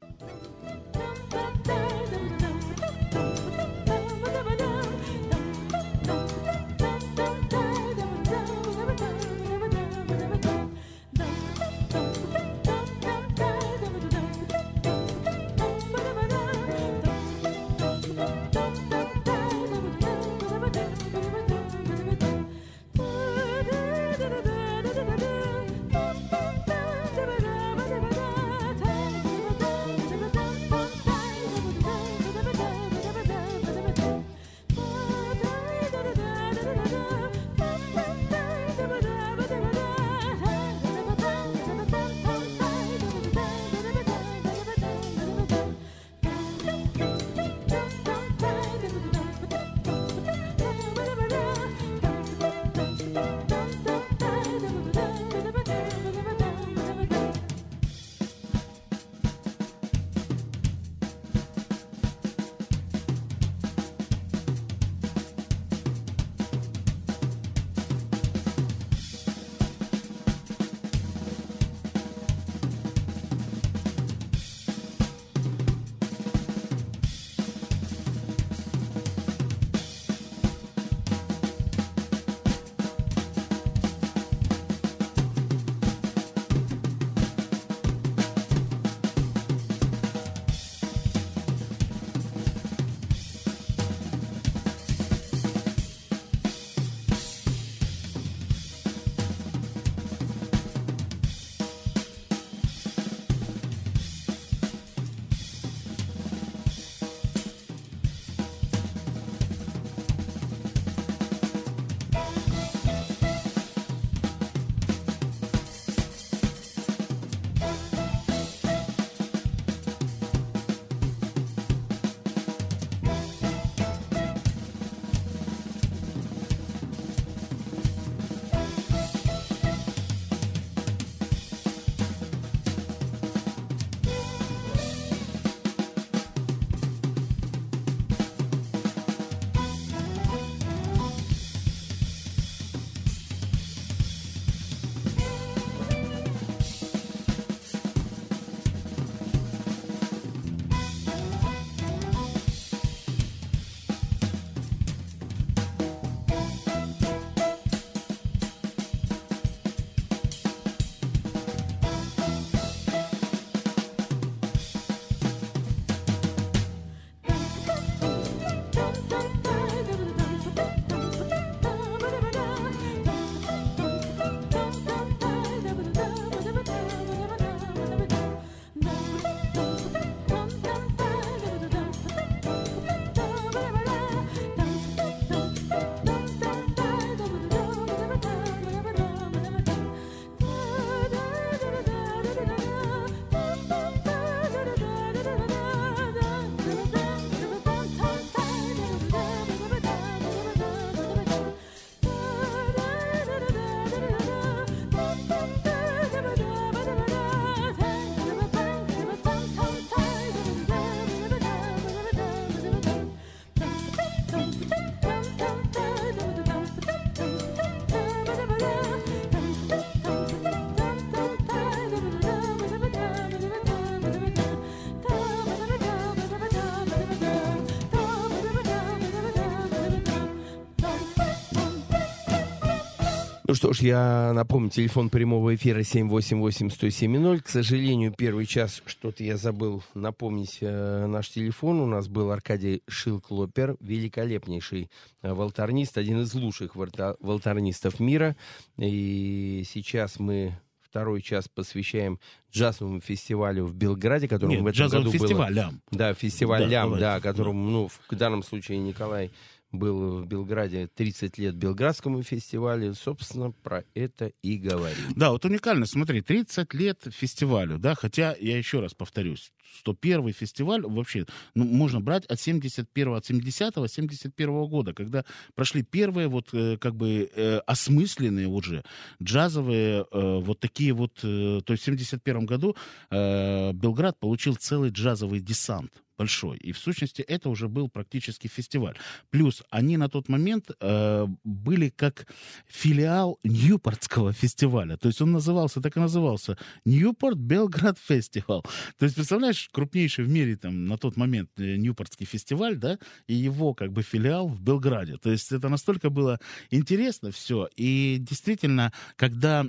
B: Ну что ж, я напомню, телефон прямого эфира 788-107-0. К сожалению, первый час что-то я забыл напомнить наш телефон. У нас был Аркадий Шилклопер, великолепнейший валтарнист, один из лучших валтарнистов мира. И сейчас мы второй час посвящаем джазовому фестивалю в Белграде, которому в этом году
C: фестивалям.
B: Да, фестивалям, да, которому, в данном случае Николай был в Белграде 30 лет Белградскому фестивалю, собственно, про это и говорим.
C: Да, вот уникально, смотри, 30 лет фестивалю, да, хотя, я еще раз повторюсь, что первый фестиваль вообще, можно брать от 70-71 года, когда прошли первые осмысленные уже джазовые вот такие вот, то есть в 71 году Белград получил целый джазовый десант большой. И в сущности это уже был практически фестиваль. Плюс они на тот момент были как филиал Ньюпортского фестиваля. То есть он так и назывался Ньюпорт Белград Фестивал. То есть, представляешь, крупнейший в мире там на тот момент Ньюпортский фестиваль, да, и его как бы филиал в Белграде. То есть это настолько было интересно все. И действительно, когда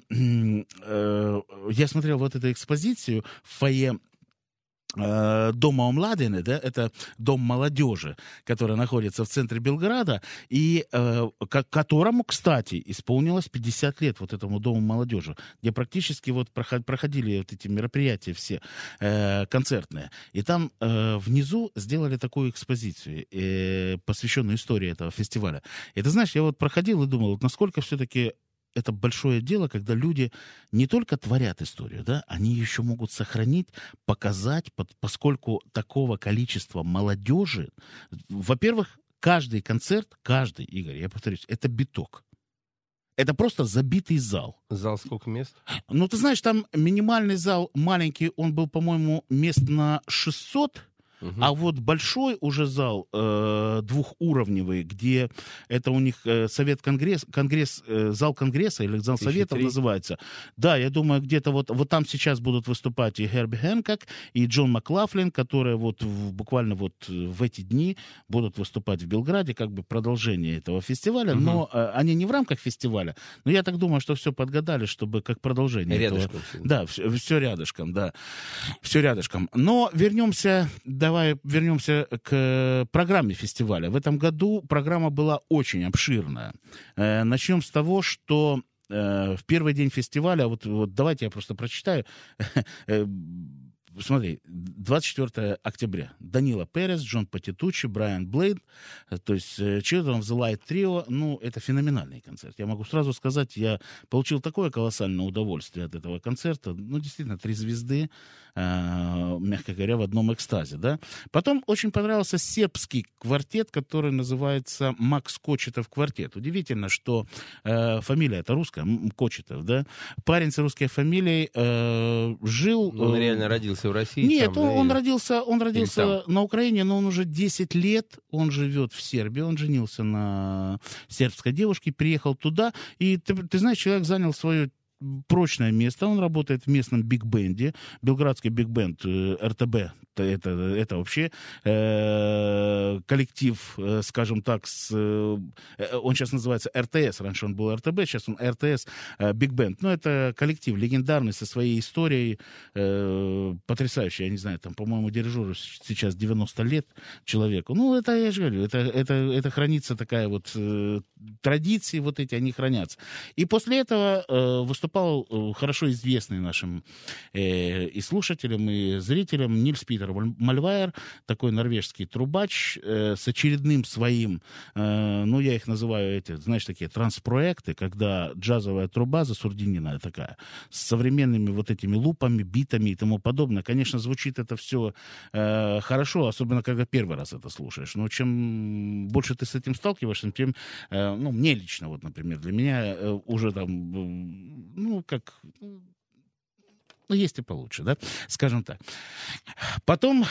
C: я смотрел вот эту экспозицию в фойе Дома Омладины, да, это дом молодежи, который находится в центре Белграда, и которому, кстати, исполнилось 50 лет, вот этому Дому молодежи, где практически вот проходили вот эти мероприятия все концертные. И там внизу сделали такую экспозицию, посвященную истории этого фестиваля. И ты знаешь, я вот проходил и думал, вот насколько все-таки это большое дело, когда люди не только творят историю, да, они еще могут сохранить, показать, поскольку такого количества молодежи, во-первых, каждый концерт, Игорь, я повторюсь, это биток. Это просто забитый зал.
B: Зал сколько мест?
C: Ну, ты знаешь, там минимальный зал маленький, он был, по-моему, мест на 600. А вот большой уже зал двухуровневый, где это у них зал Конгресса или зал Советов называется. Да, я думаю, где-то вот там сейчас будут выступать и Херби Хэнкок, и Джон Маклафлин, которые вот буквально вот в эти дни будут выступать в Белграде, как бы продолжение этого фестиваля. Но они не в рамках фестиваля, но я так думаю, что все подгадали, чтобы как продолжение
B: рядышком
C: этого. Да, все рядышком, да. Все рядышком. Но давай вернемся к программе фестиваля. В этом году программа была очень обширная. Начнем с того, что в первый день фестиваля, вот давайте я просто прочитаю. Смотри, 24 октября. Данила Перес, Джон Патитуччи, Брайан Блейд, то есть Children of the Light Trio. Ну, это феноменальный концерт. Я могу сразу сказать, я получил такое колоссальное удовольствие от этого концерта. Ну, действительно, 3 звезды, мягко говоря, в одном экстазе, да. Потом очень понравился сербский квартет, который называется Макс Кочетов квартет. Удивительно, что фамилия это русская, Кочетов, да. Парень с русской фамилией жил...
B: Он реально родился в России?
C: Нет, он родился на Украине, но он уже 10 лет, он живет в Сербии, он женился на сербской девушке, приехал туда, и ты знаешь, человек занял свое прочное место, он работает в местном биг-бенде, белградский биг-бенд РТБ, это вообще коллектив, скажем так, он сейчас называется РТС, раньше он был РТБ, сейчас он РТС биг-бенд, но это коллектив легендарный со своей историей, потрясающий, я не знаю, там, по-моему, дирижеру сейчас 90 лет человеку, ну, это, я же говорю, это хранится такая вот традиции, вот эти, они хранятся. И после этого выступал хорошо известный нашим и слушателям, и зрителям Нильс Питер Мальвайер, такой норвежский трубач с очередным своим, ну, я их называю, знаешь, такие транспроекты, когда джазовая труба засурдиненная такая, с современными вот этими лупами, битами и тому подобное. Конечно, звучит это все хорошо, особенно когда первый раз это слушаешь. Но чем больше ты с этим сталкиваешься, тем, ну, мне лично, вот, например, для меня уже там, ну, как... Ну, есть и получше, да, скажем так. Потом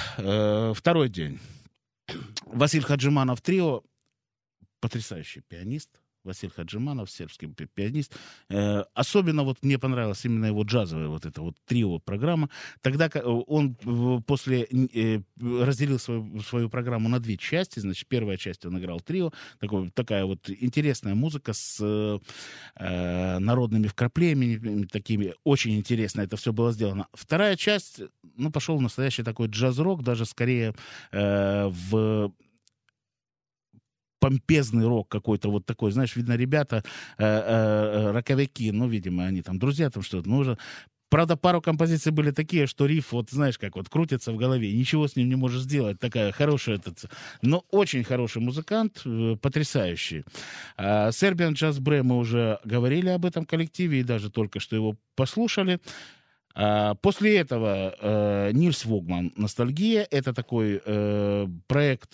C: второй день. Василь Хаджиманов трио, потрясающий пианист, Василий Хаджиманов, сербский пианист. Особенно вот мне понравилась именно его джазовая вот эта вот трио-программа. Тогда он после разделил свою программу на 2 части. Значит, первая часть он играл трио. Такая вот интересная музыка с народными вкраплениями такими. Очень интересно это все было сделано. Вторая часть, пошел настоящий такой джаз-рок, даже скорее в помпезный рок какой-то вот такой, знаешь, видно, ребята, роковики, видимо, они там друзья, там что-то, правда, пару композиций были такие, что риф, вот знаешь, как вот крутится в голове, ничего с ним не можешь сделать, такая хорошая, но очень хороший музыкант, потрясающий. Serbian Jazz Bre, мы уже говорили об этом коллективе и даже только что его послушали. После этого Нильс Вогман «Ностальгия». Это такой проект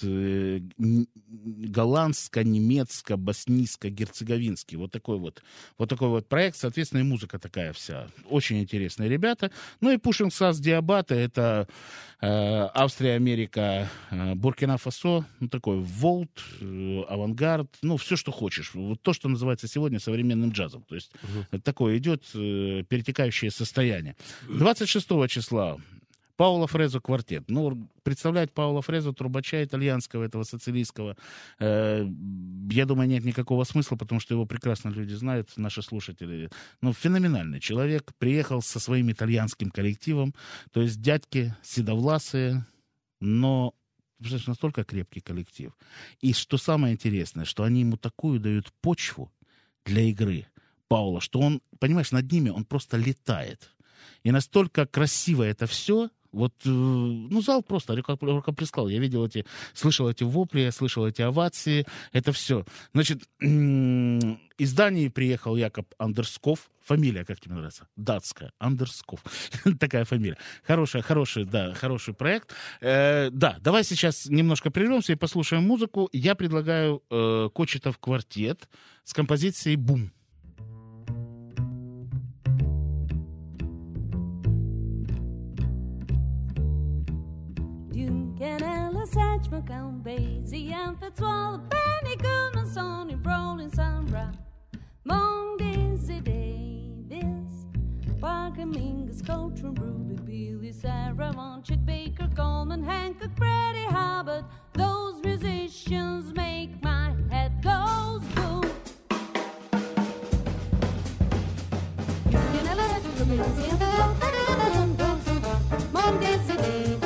C: голландско-немецко-боснийско-герцеговинский. Вот такой вот проект. Соответственно, и музыка такая вся. Очень интересные ребята. И Pushing Sass Diabata — это Австрия, Америка, Буркина-Фасо. Такой волт, авангард. Все, что хочешь. Вот то, что называется сегодня современным джазом. То есть такое идет перетекающее состояние. 26 числа Паоло Фрезо квартет. Представлять Паоло Фрезо, трубача итальянского, этого сицилийского, я думаю, нет никакого смысла, потому что его прекрасно люди знают, наши слушатели. Феноменальный человек. Приехал со своим итальянским коллективом. То есть дядьки седовласые, но настолько крепкий коллектив. И что самое интересное, что они ему такую дают почву для игры, Паоло, что он, понимаешь, над ними он просто летает. И настолько красиво это все. Вот, зал просто рукоплескал. Я слышал эти вопли, я слышал эти овации. Это все. Значит, из Дании приехал Якоб Андерсков. Фамилия, как тебе нравится? Датская. Андерсков. Такая фамилия. Хороший проект. Давай сейчас немножко прервемся и послушаем музыку. Я предлагаю Кочетов квартет с композицией «Бум».
E: Satchmacomb, Basie, and Fitzwaller, Benny Goodman, Sonny, Rolling Sunbrow, Mong Dizzy Davis, Parker Mingus, Coltrane, Ruby, Billy, Sarah, Monchit, Baker, Coleman, Hancock, Freddie Hubbard. Those musicians make my head go boom. You can never let the Basie and Fitzwaller, Mong Dizzy Davis.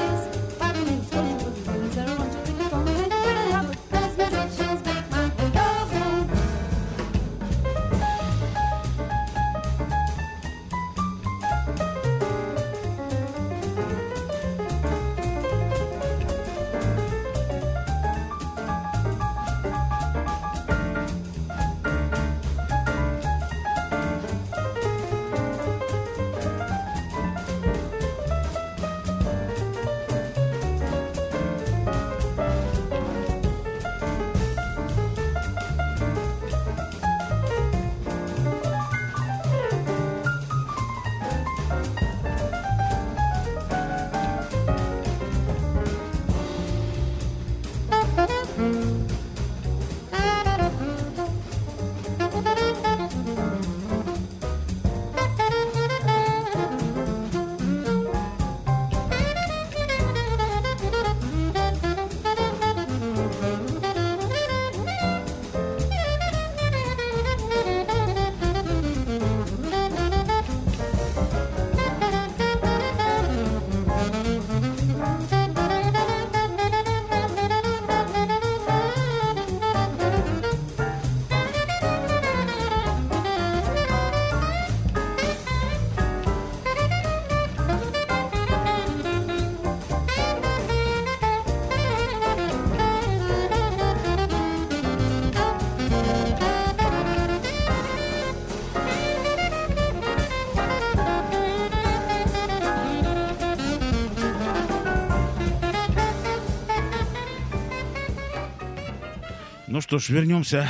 C: Ну что ж, вернемся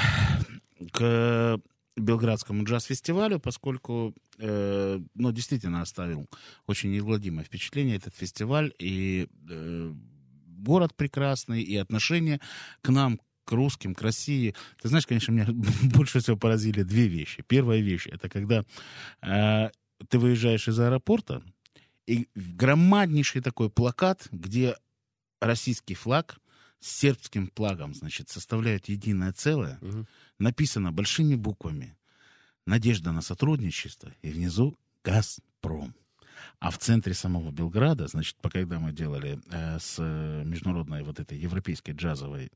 C: к Белградскому джаз-фестивалю, поскольку действительно оставил очень неизгладимое впечатление этот фестиваль, и город прекрасный, и отношение к нам, к русским, к России. Ты знаешь, конечно, меня больше всего поразили две вещи. Первая вещь, это когда ты выезжаешь из аэропорта, и громаднейший такой плакат, где российский флаг с сербским флагом, значит, составляют единое целое, написано большими буквами «Надежда на сотрудничество» и внизу «Газпром». А в центре самого Белграда, значит, когда мы делали с международной вот этой европейской джазовой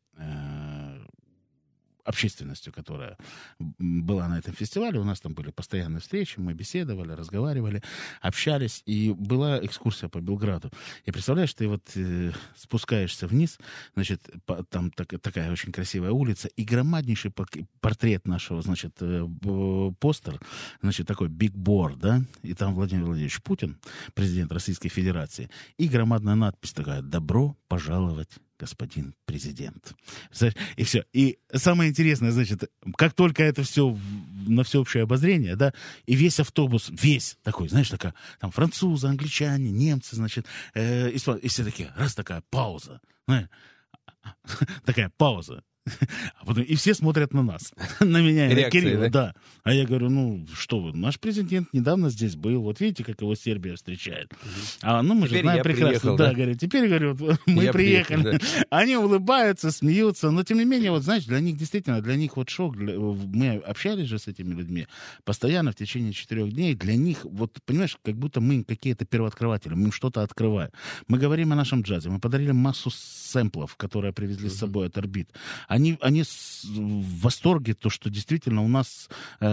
C: общественностью, которая была на этом фестивале. У нас там были постоянные встречи, мы беседовали, разговаривали, общались, и была экскурсия по Белграду. И представляешь, ты вот спускаешься вниз, значит, там такая очень красивая улица, и громаднейший портрет нашего, значит, постер, значит, такой бигборд, да, и там Владимир Владимирович Путин, президент Российской Федерации, и громадная надпись такая: «Добро пожаловать, господин президент». И все. И самое интересное, значит, как только это все на всеобщее обозрение, да, и весь автобус, весь такой, знаешь, такая, там французы, англичане, немцы, значит, и все такие, раз такая пауза, знаешь, такая пауза. А потом, и все смотрят на нас, на меня и на Кирилла, да. А я говорю, ну, что вы, наш президент недавно здесь был, вот видите, как его Сербия встречает. А, ну, мы теперь же знаем прекрасно, приехал, да, говорю, теперь, говорю, мы приехали. Да. Они улыбаются, смеются, но, тем не менее, вот, знаешь, для них действительно, для них вот шок, мы общались же с этими людьми постоянно в течение 4 дней, для них, вот, понимаешь, как будто мы какие-то первооткрыватели, мы им что-то открываем. Мы говорим о нашем джазе, мы подарили массу сэмплов, которые привезли с собой от «Орбит». Они в восторге, то, что действительно у нас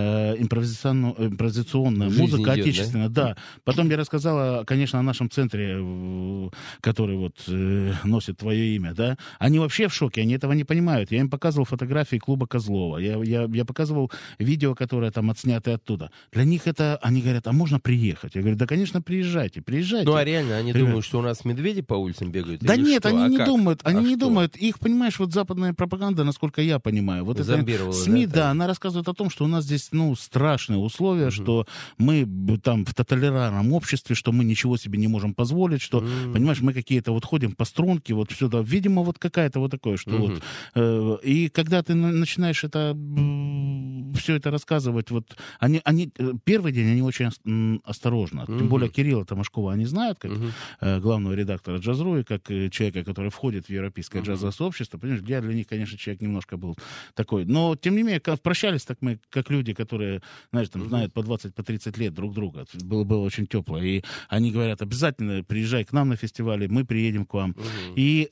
C: импровизационная музыка идет, отечественная. Да? Потом я рассказала, конечно, о нашем центре, который вот носит твое имя. Да? Они вообще в шоке, они этого не понимают. Я им показывал фотографии клуба Козлова. Я показывал видео, которое там отсняты оттуда. Для них это, они говорят, а можно приехать? Я говорю, да, конечно, приезжайте. Ну,
B: а реально, они думают, что у нас медведи по улицам бегают?
C: Да нет, они не думают. Они не думают. Их, понимаешь, вот западная пропаганда, насколько я понимаю, вот это СМИ, да, она рассказывает о том, что у нас здесь, ну, страшные условия, что мы там в тоталитарном обществе, что мы ничего себе не можем позволить, что, понимаешь, мы какие-то вот ходим по струнке, вот все, да, видимо, вот какая-то вот такое, что вот, и когда ты начинаешь это, все это рассказывать, вот, они первый день, они очень осторожно, тем более Кирилла Томашкова они знают, как главного редактора Джаз.ру, и как человека, который входит в европейское джазовое сообщество, понимаешь, я для них, конечно, человек немножко был такой. Но, тем не менее, прощались так мы, как люди, которые, знаешь, там, знают по 20, по 30 лет друг друга. Было очень тепло. И они говорят, обязательно приезжай к нам на фестивале, мы приедем к вам. И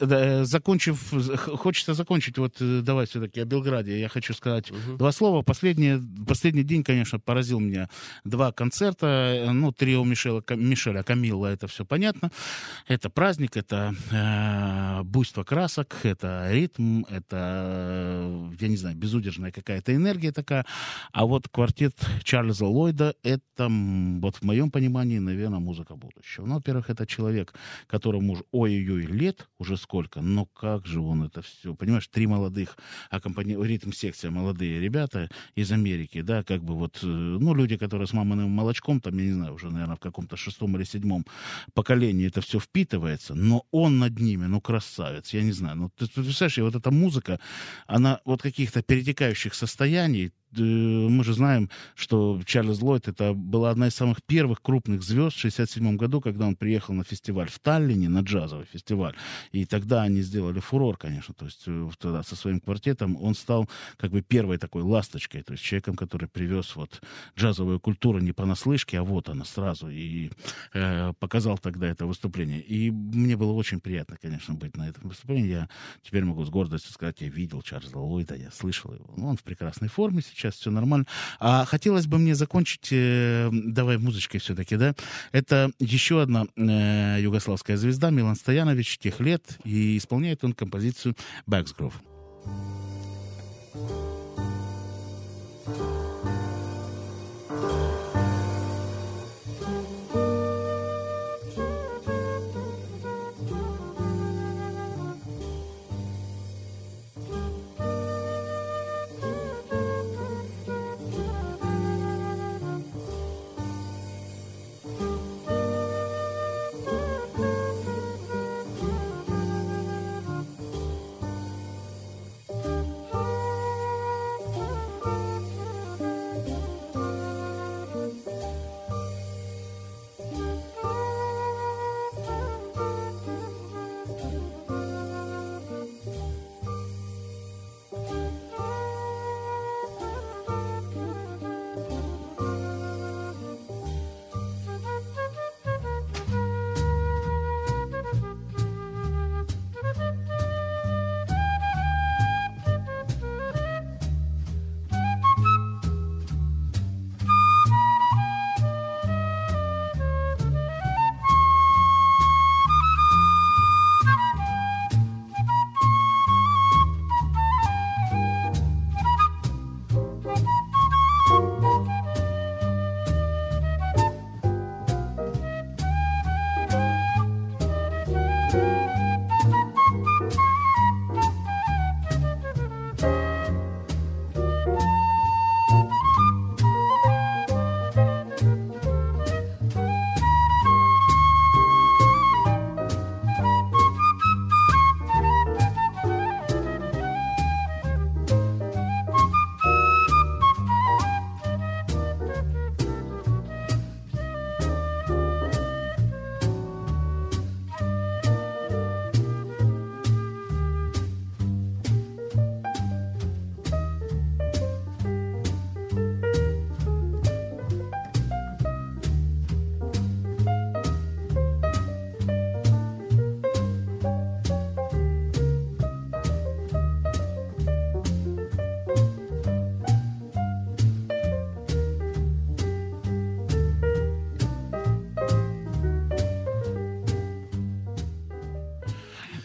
C: хочется закончить, вот давай все-таки о Белграде. Я хочу сказать 2 слова. Последний день, конечно, поразил меня 2 концерта. Ну, трио Мишеля Камилла, это все понятно. Это праздник, это буйство красок, это ритм, это, я не знаю, безудержная какая-то энергия такая. А вот квартет Чарльза Ллойда — это, вот в моем понимании, наверное, музыка будущего. Ну, во-первых, это человек, которому уже ой-ой-ой лет, уже сколько, но как же он это все, понимаешь, 3 молодых ритм-секция, молодые ребята из Америки, да, как бы вот, ну, люди, которые с маминым молочком, там, я не знаю, уже, наверное, в каком-то 6-м или 7-м поколении это все впитывается, но он над ними, ну, красавец, я не знаю, ну, ты представляешь, и вот эта музыка, она вот каких-то перетекающих состояний, мы же знаем, что Чарльз Ллойд это была одна из самых первых крупных звезд в 1967 году, когда он приехал на фестиваль в Таллине, на джазовый фестиваль. И тогда они сделали фурор, конечно. То есть тогда со своим квартетом он стал как бы первой такой ласточкой, то есть человеком, который привез вот джазовую культуру не понаслышке, а вот она сразу. И показал тогда это выступление. И мне было очень приятно, конечно, быть на этом выступлении. Я теперь могу с гордостью сказать, я видел Чарльза Ллойда, я слышал его. Он в прекрасной форме сейчас, все нормально. А хотелось бы мне закончить, давай музычкой все-таки, да? Это еще одна югославская звезда, Милан Стоянович, тех лет, и исполняет он композицию «Backsgroove».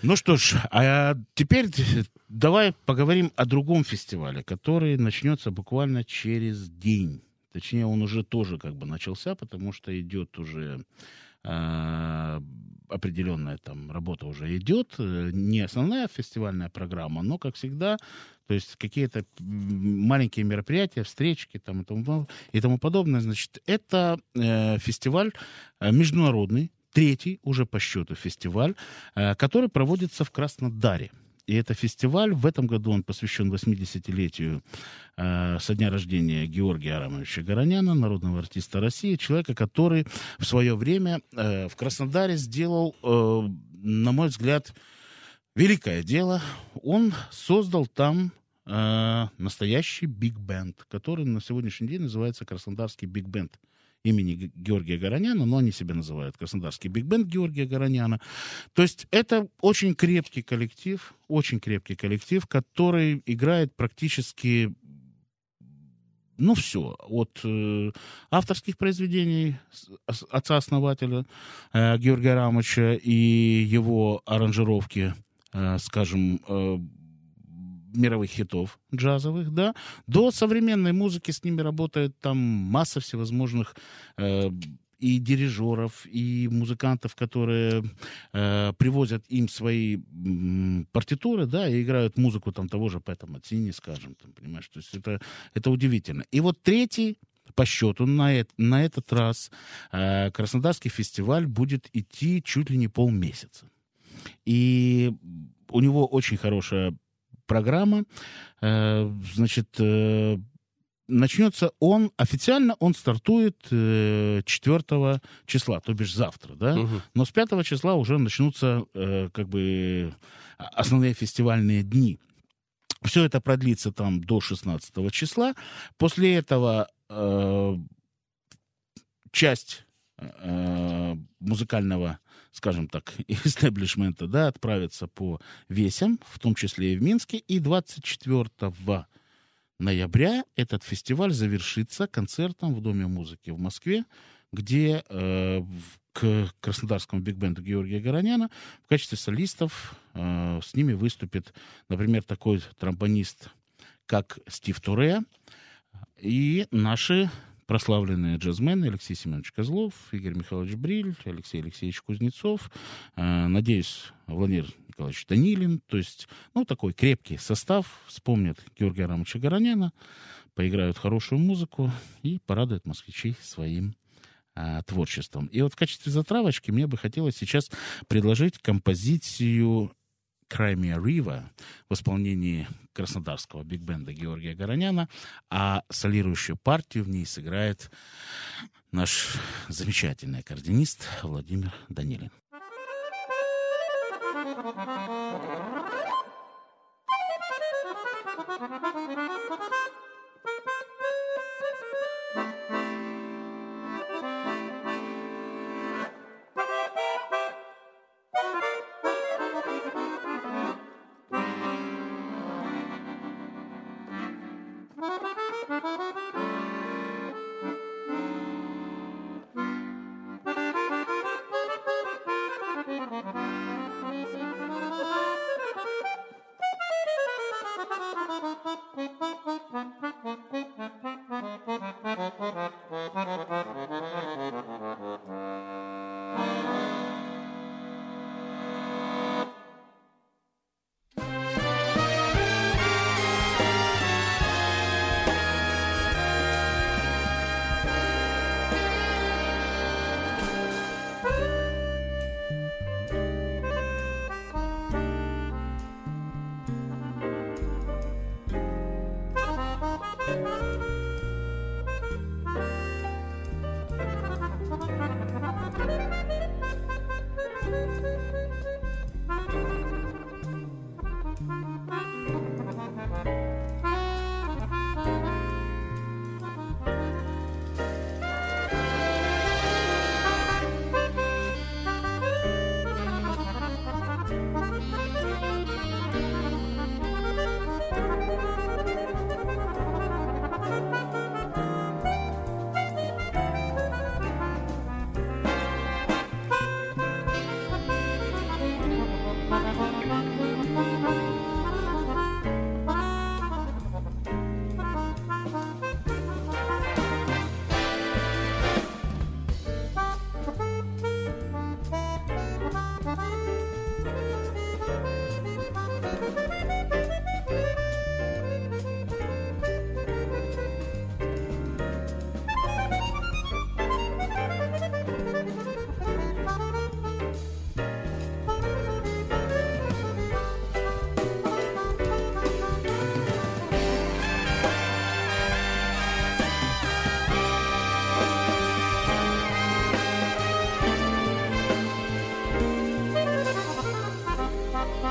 C: Ну что ж, а теперь давай поговорим о другом фестивале, который начнется буквально через день. Точнее, он уже тоже как бы начался, потому что идет уже определенная там работа уже идет. Не основная фестивальная программа, но, как всегда, то есть какие-то маленькие мероприятия, встречки там, и тому подобное. Значит, это фестиваль международный, третий уже по счету фестиваль, который проводится в Краснодаре. И это фестиваль, в этом году он посвящен 80-летию со дня рождения Георгия Арамовича Гороняна, народного артиста России, человека, который в свое время в Краснодаре сделал, на мой взгляд, великое дело. Он создал там настоящий биг-бенд, который на сегодняшний день называется Краснодарский биг-бенд имени Георгия Гороняна, но они себя называют Краснодарский биг-бенд Георгия Гороняна. То есть это очень крепкий коллектив, который играет практически, ну, все. От авторских произведений отца-основателя Георгия Арамовича и его аранжировки, скажем, мировых хитов джазовых, да, до современной музыки с ними работает там масса всевозможных и дирижеров, и музыкантов, которые привозят им свои партитуры, да, и играют музыку там того же Пэта Мацини, скажем, там, понимаешь, то есть это удивительно. И вот третий по счету на этот раз Краснодарский фестиваль будет идти чуть ли не полмесяца. И у него очень хорошая программа. Значит, начнется он, официально он стартует 4 числа, то бишь завтра, да?
B: Угу.
C: Но с 5 числа уже начнутся как бы основные фестивальные дни. Все это продлится там до 16 числа. После этого часть музыкального, скажем так, истеблишмента, да, отправится по весям, в том числе и в Минске. И 24 ноября этот фестиваль завершится концертом в Доме музыки в Москве, где к краснодарскому биг-бенду Георгия Гороняна в качестве солистов с ними выступит, например, такой тромбонист, как Стив Туре, и наши прославленные джазмены Алексей Семенович Козлов, Игорь Михайлович Бриль, Алексей Алексеевич Кузнецов, надеюсь, Владимир Николаевич Данилин. То есть, ну, такой крепкий состав. Вспомнят Георгия Арамовича Гороняна, поиграют хорошую музыку и порадуют москвичей своим творчеством. И вот в качестве затравочки мне бы хотелось сейчас предложить композицию «Cry Me a River» в исполнении краснодарского биг-бенда Георгия Гороняна, а солирующую партию в ней сыграет наш замечательный аккордеонист Владимир Данилин.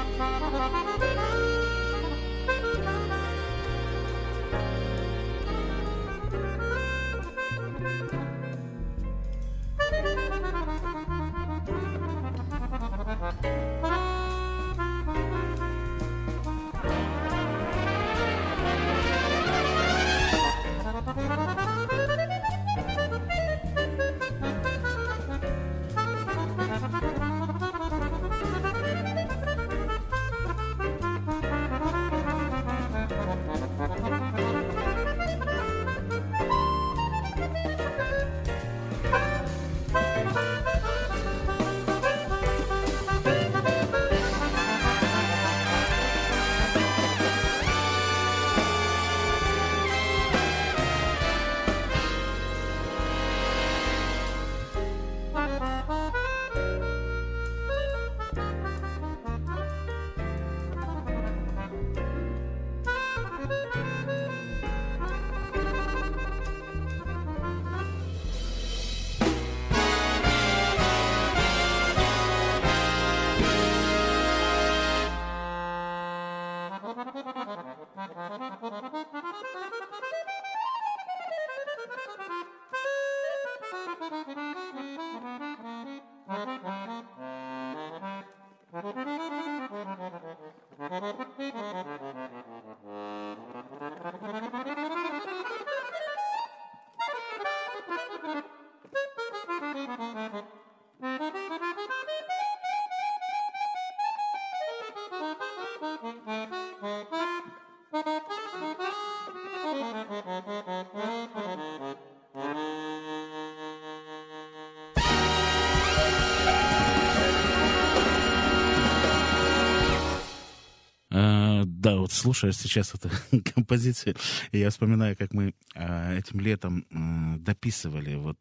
C: Да, вот слушая сейчас эту композицию, я вспоминаю, как мы этим летом дописывали, вот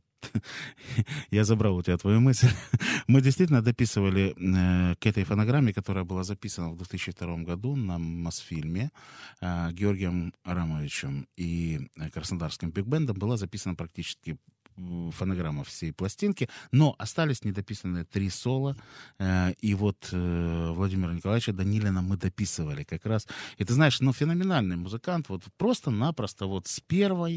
C: я забрал у тебя твою мысль. Мы действительно дописывали к этой фонограмме, которая была записана в 2002 году на Мосфильме Георгием Арамовичем и Краснодарским биг-бендом, была записана практически фонограмма всей пластинки, но остались недописанные 3 соло, и вот Владимира Николаевича Данилина мы дописывали как раз. И ты знаешь, ну, феноменальный музыкант, вот просто-напросто вот с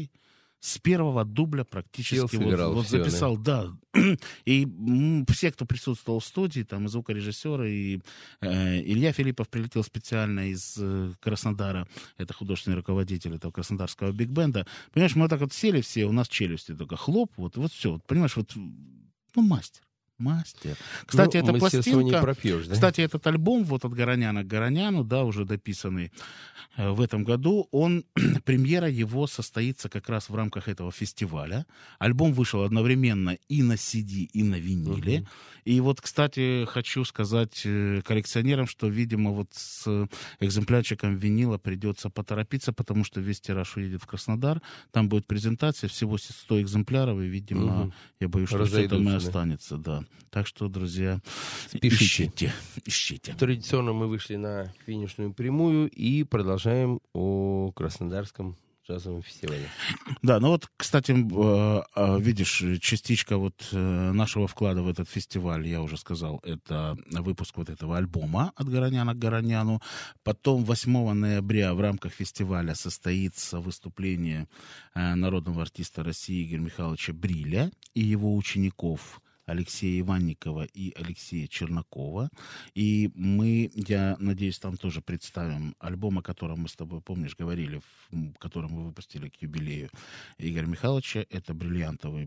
C: первого дубля практически вот записал, да. И все, кто присутствовал в студии, там и звукорежиссеры, и Илья Филиппов прилетел специально из Краснодара, это художественный руководитель этого краснодарского биг-бенда. Понимаешь, мы вот так вот сели все, у нас челюсти только хлоп, вот все, вот, понимаешь, вот, ну, мастер. Кстати, эта пластинка,
B: не пропьешь, да?
C: Кстати, этот альбом вот от Гороняна к Гороняну, да, уже дописанный в этом году, премьера его состоится как раз в рамках этого фестиваля. Альбом вышел одновременно и на CD, и на виниле. И вот, кстати, хочу сказать коллекционерам, что, видимо, вот с экземплярчиком винила придется поторопиться, потому что весь тираж уедет в Краснодар, там будет презентация, всего 100 экземпляров, и, видимо, я боюсь, что все там и останется, да. Так что, друзья, ищите.
B: Традиционно мы вышли на финишную прямую и продолжаем о Краснодарском джазовом фестивале.
C: Да, ну вот, кстати, видишь, частичка вот нашего вклада в этот фестиваль, я уже сказал, это выпуск вот этого альбома «От Гороняна к Гороняну». Потом 8 ноября в рамках фестиваля состоится выступление народного артиста России Игоря Михайловича Бриля и его учеников Алексея Иванникова и Алексея Чернакова. И мы, я надеюсь, там тоже представим альбом, о котором мы с тобой, помнишь, говорили, который мы выпустили к юбилею Игоря Михайловича. Это бриллиантовый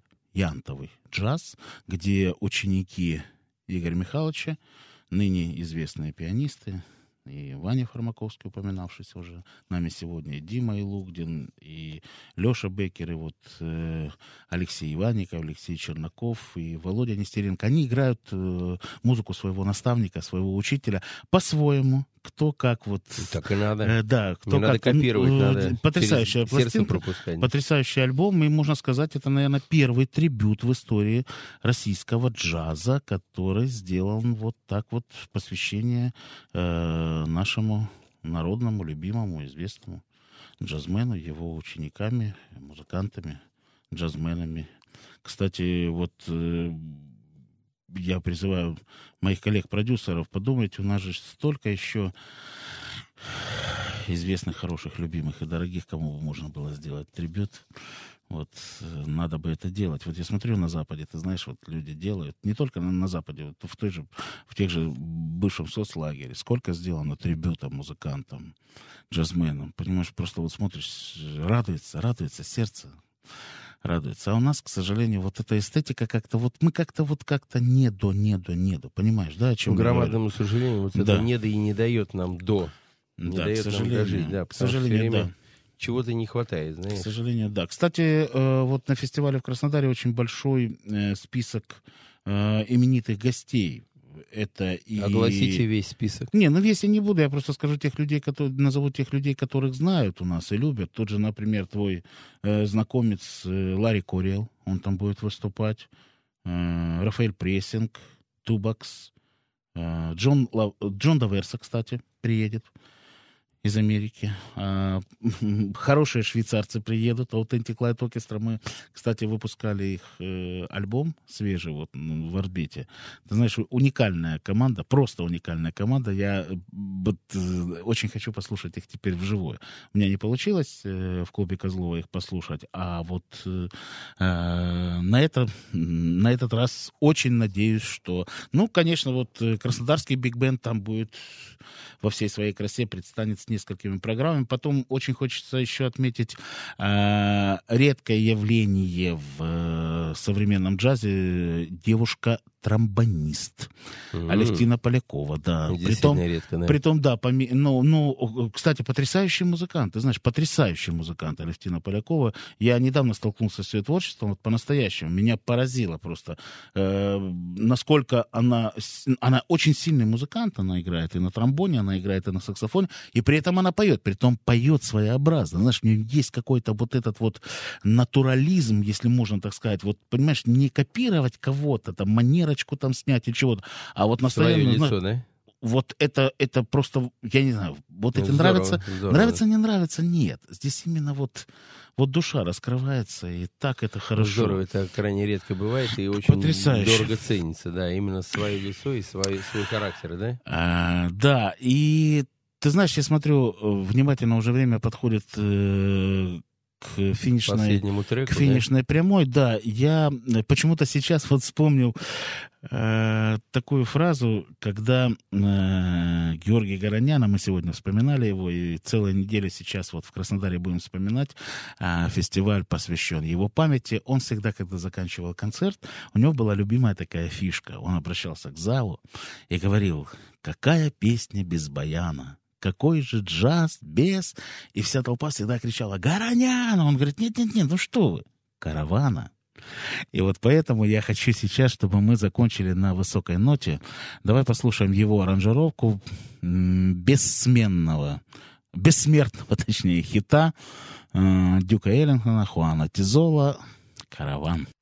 C: джаз, где ученики Игоря Михайловича, ныне известные пианисты, и Ваня Фармаковский, упоминавшийся уже нами сегодня, и Дима Илугдин, и Леша Беккер, и вот Алексей Иванников, Алексей Чернаков и Володя Нестеренко. Они играют музыку своего наставника, своего учителя по-своему. Кто как вот...
B: Так и надо.
C: Да, кто
B: не как... надо копировать, надо
C: потрясающая пластинка, потрясающий альбом. И, можно сказать, это, наверное, первый трибют в истории российского джаза, который сделан вот так вот в посвящение нашему народному, любимому, известному джазмену, его учениками, музыкантами, джазменами. Кстати, вот... я призываю моих коллег-продюсеров, подумайте, у нас же столько еще известных, хороших, любимых и дорогих, кому бы можно было сделать трибют. Вот, надо бы это делать. Вот я смотрю на Западе, ты знаешь, вот люди делают, не только на Западе, вот в тех же бывшем соцлагере, сколько сделано трибютов музыкантам, джазменам, понимаешь, просто вот смотришь, радуется сердце, радуется. А у нас, к сожалению, вот эта эстетика как-то, вот мы как-то недо, понимаешь, да, о чем
B: к громадному сожалению, вот это недо и не дает нам не дает нам дожить, да,
C: к сожалению, да.
B: Чего-то не хватает, знаешь.
C: К сожалению, да. Кстати, вот на фестивале в Краснодаре очень большой список именитых гостей. Это и...
B: Огласите весь список.
C: Не, весь я не буду, я просто скажу назову тех людей, которых знают у нас и любят. Тот же, например, твой знакомец Ларри Кориэл, он там будет выступать. Рафаэль Прессинг, Тубакс, Джон Даверса, кстати, приедет из Америки. Хорошие швейцарцы приедут. Authentic Light Orchestra. Мы, кстати, выпускали их альбом свежий вот в орбите. Ты знаешь, уникальная команда, просто уникальная команда. Я очень хочу послушать их теперь вживую. У меня не получилось в клубе Козлова их послушать, а вот на этот раз очень надеюсь, что... Ну, конечно, вот краснодарский биг-бенд там будет во всей своей красе, предстанет с несколькими программами. Потом очень хочется еще отметить редкое явление в современном джазе. Девушка-тромбонист. Алевтина Полякова, да.
B: Действительно редко, да.
C: Притом, да, кстати, потрясающий музыкант. Ты знаешь, потрясающий музыкант Алевтина Полякова. Я недавно столкнулся с ее творчеством, вот по-настоящему. Меня поразило просто, насколько она очень сильный музыкант. Она играет и на тромбоне, она играет и на саксофоне, и при этом она поет. Притом поет своеобразно. Знаешь, у нее есть какой-то вот этот вот натурализм, если можно так сказать. Вот, понимаешь, не копировать кого-то, там, манерочку там снять или чего-то, а вот настоящее...
B: Свое лицо, да?
C: Вот это просто, я не знаю, вот это
B: здорово,
C: нравится,
B: здорово.
C: Нравится, не нравится, нет. Здесь именно вот душа раскрывается, и так это хорошо.
B: Здорово, это крайне редко бывает, и очень
C: Потрясающе.
B: Дорого ценится, да, именно свое лицо и свой характер, да?
C: Да, и ты знаешь, я смотрю, внимательно уже время подходит к финишной прямой, да. Я почему-то сейчас вот вспомнил такую фразу, когда Георгий Гороняна, мы сегодня вспоминали его, и целую неделю сейчас вот в Краснодаре будем вспоминать, фестиваль посвящен его памяти. Он всегда, когда заканчивал концерт, у него была любимая такая фишка. Он обращался к залу и говорил: «Какая песня без баяна? Какой же джаз без...» И вся толпа всегда кричала: «Гороняна!» Он говорит: нет, ну что вы, «Каравана». И вот поэтому я хочу сейчас, чтобы мы закончили на высокой ноте. Давай послушаем его аранжировку бессмертного, точнее, хита Дюка Эллингтона, Хуана Тизола «Караван».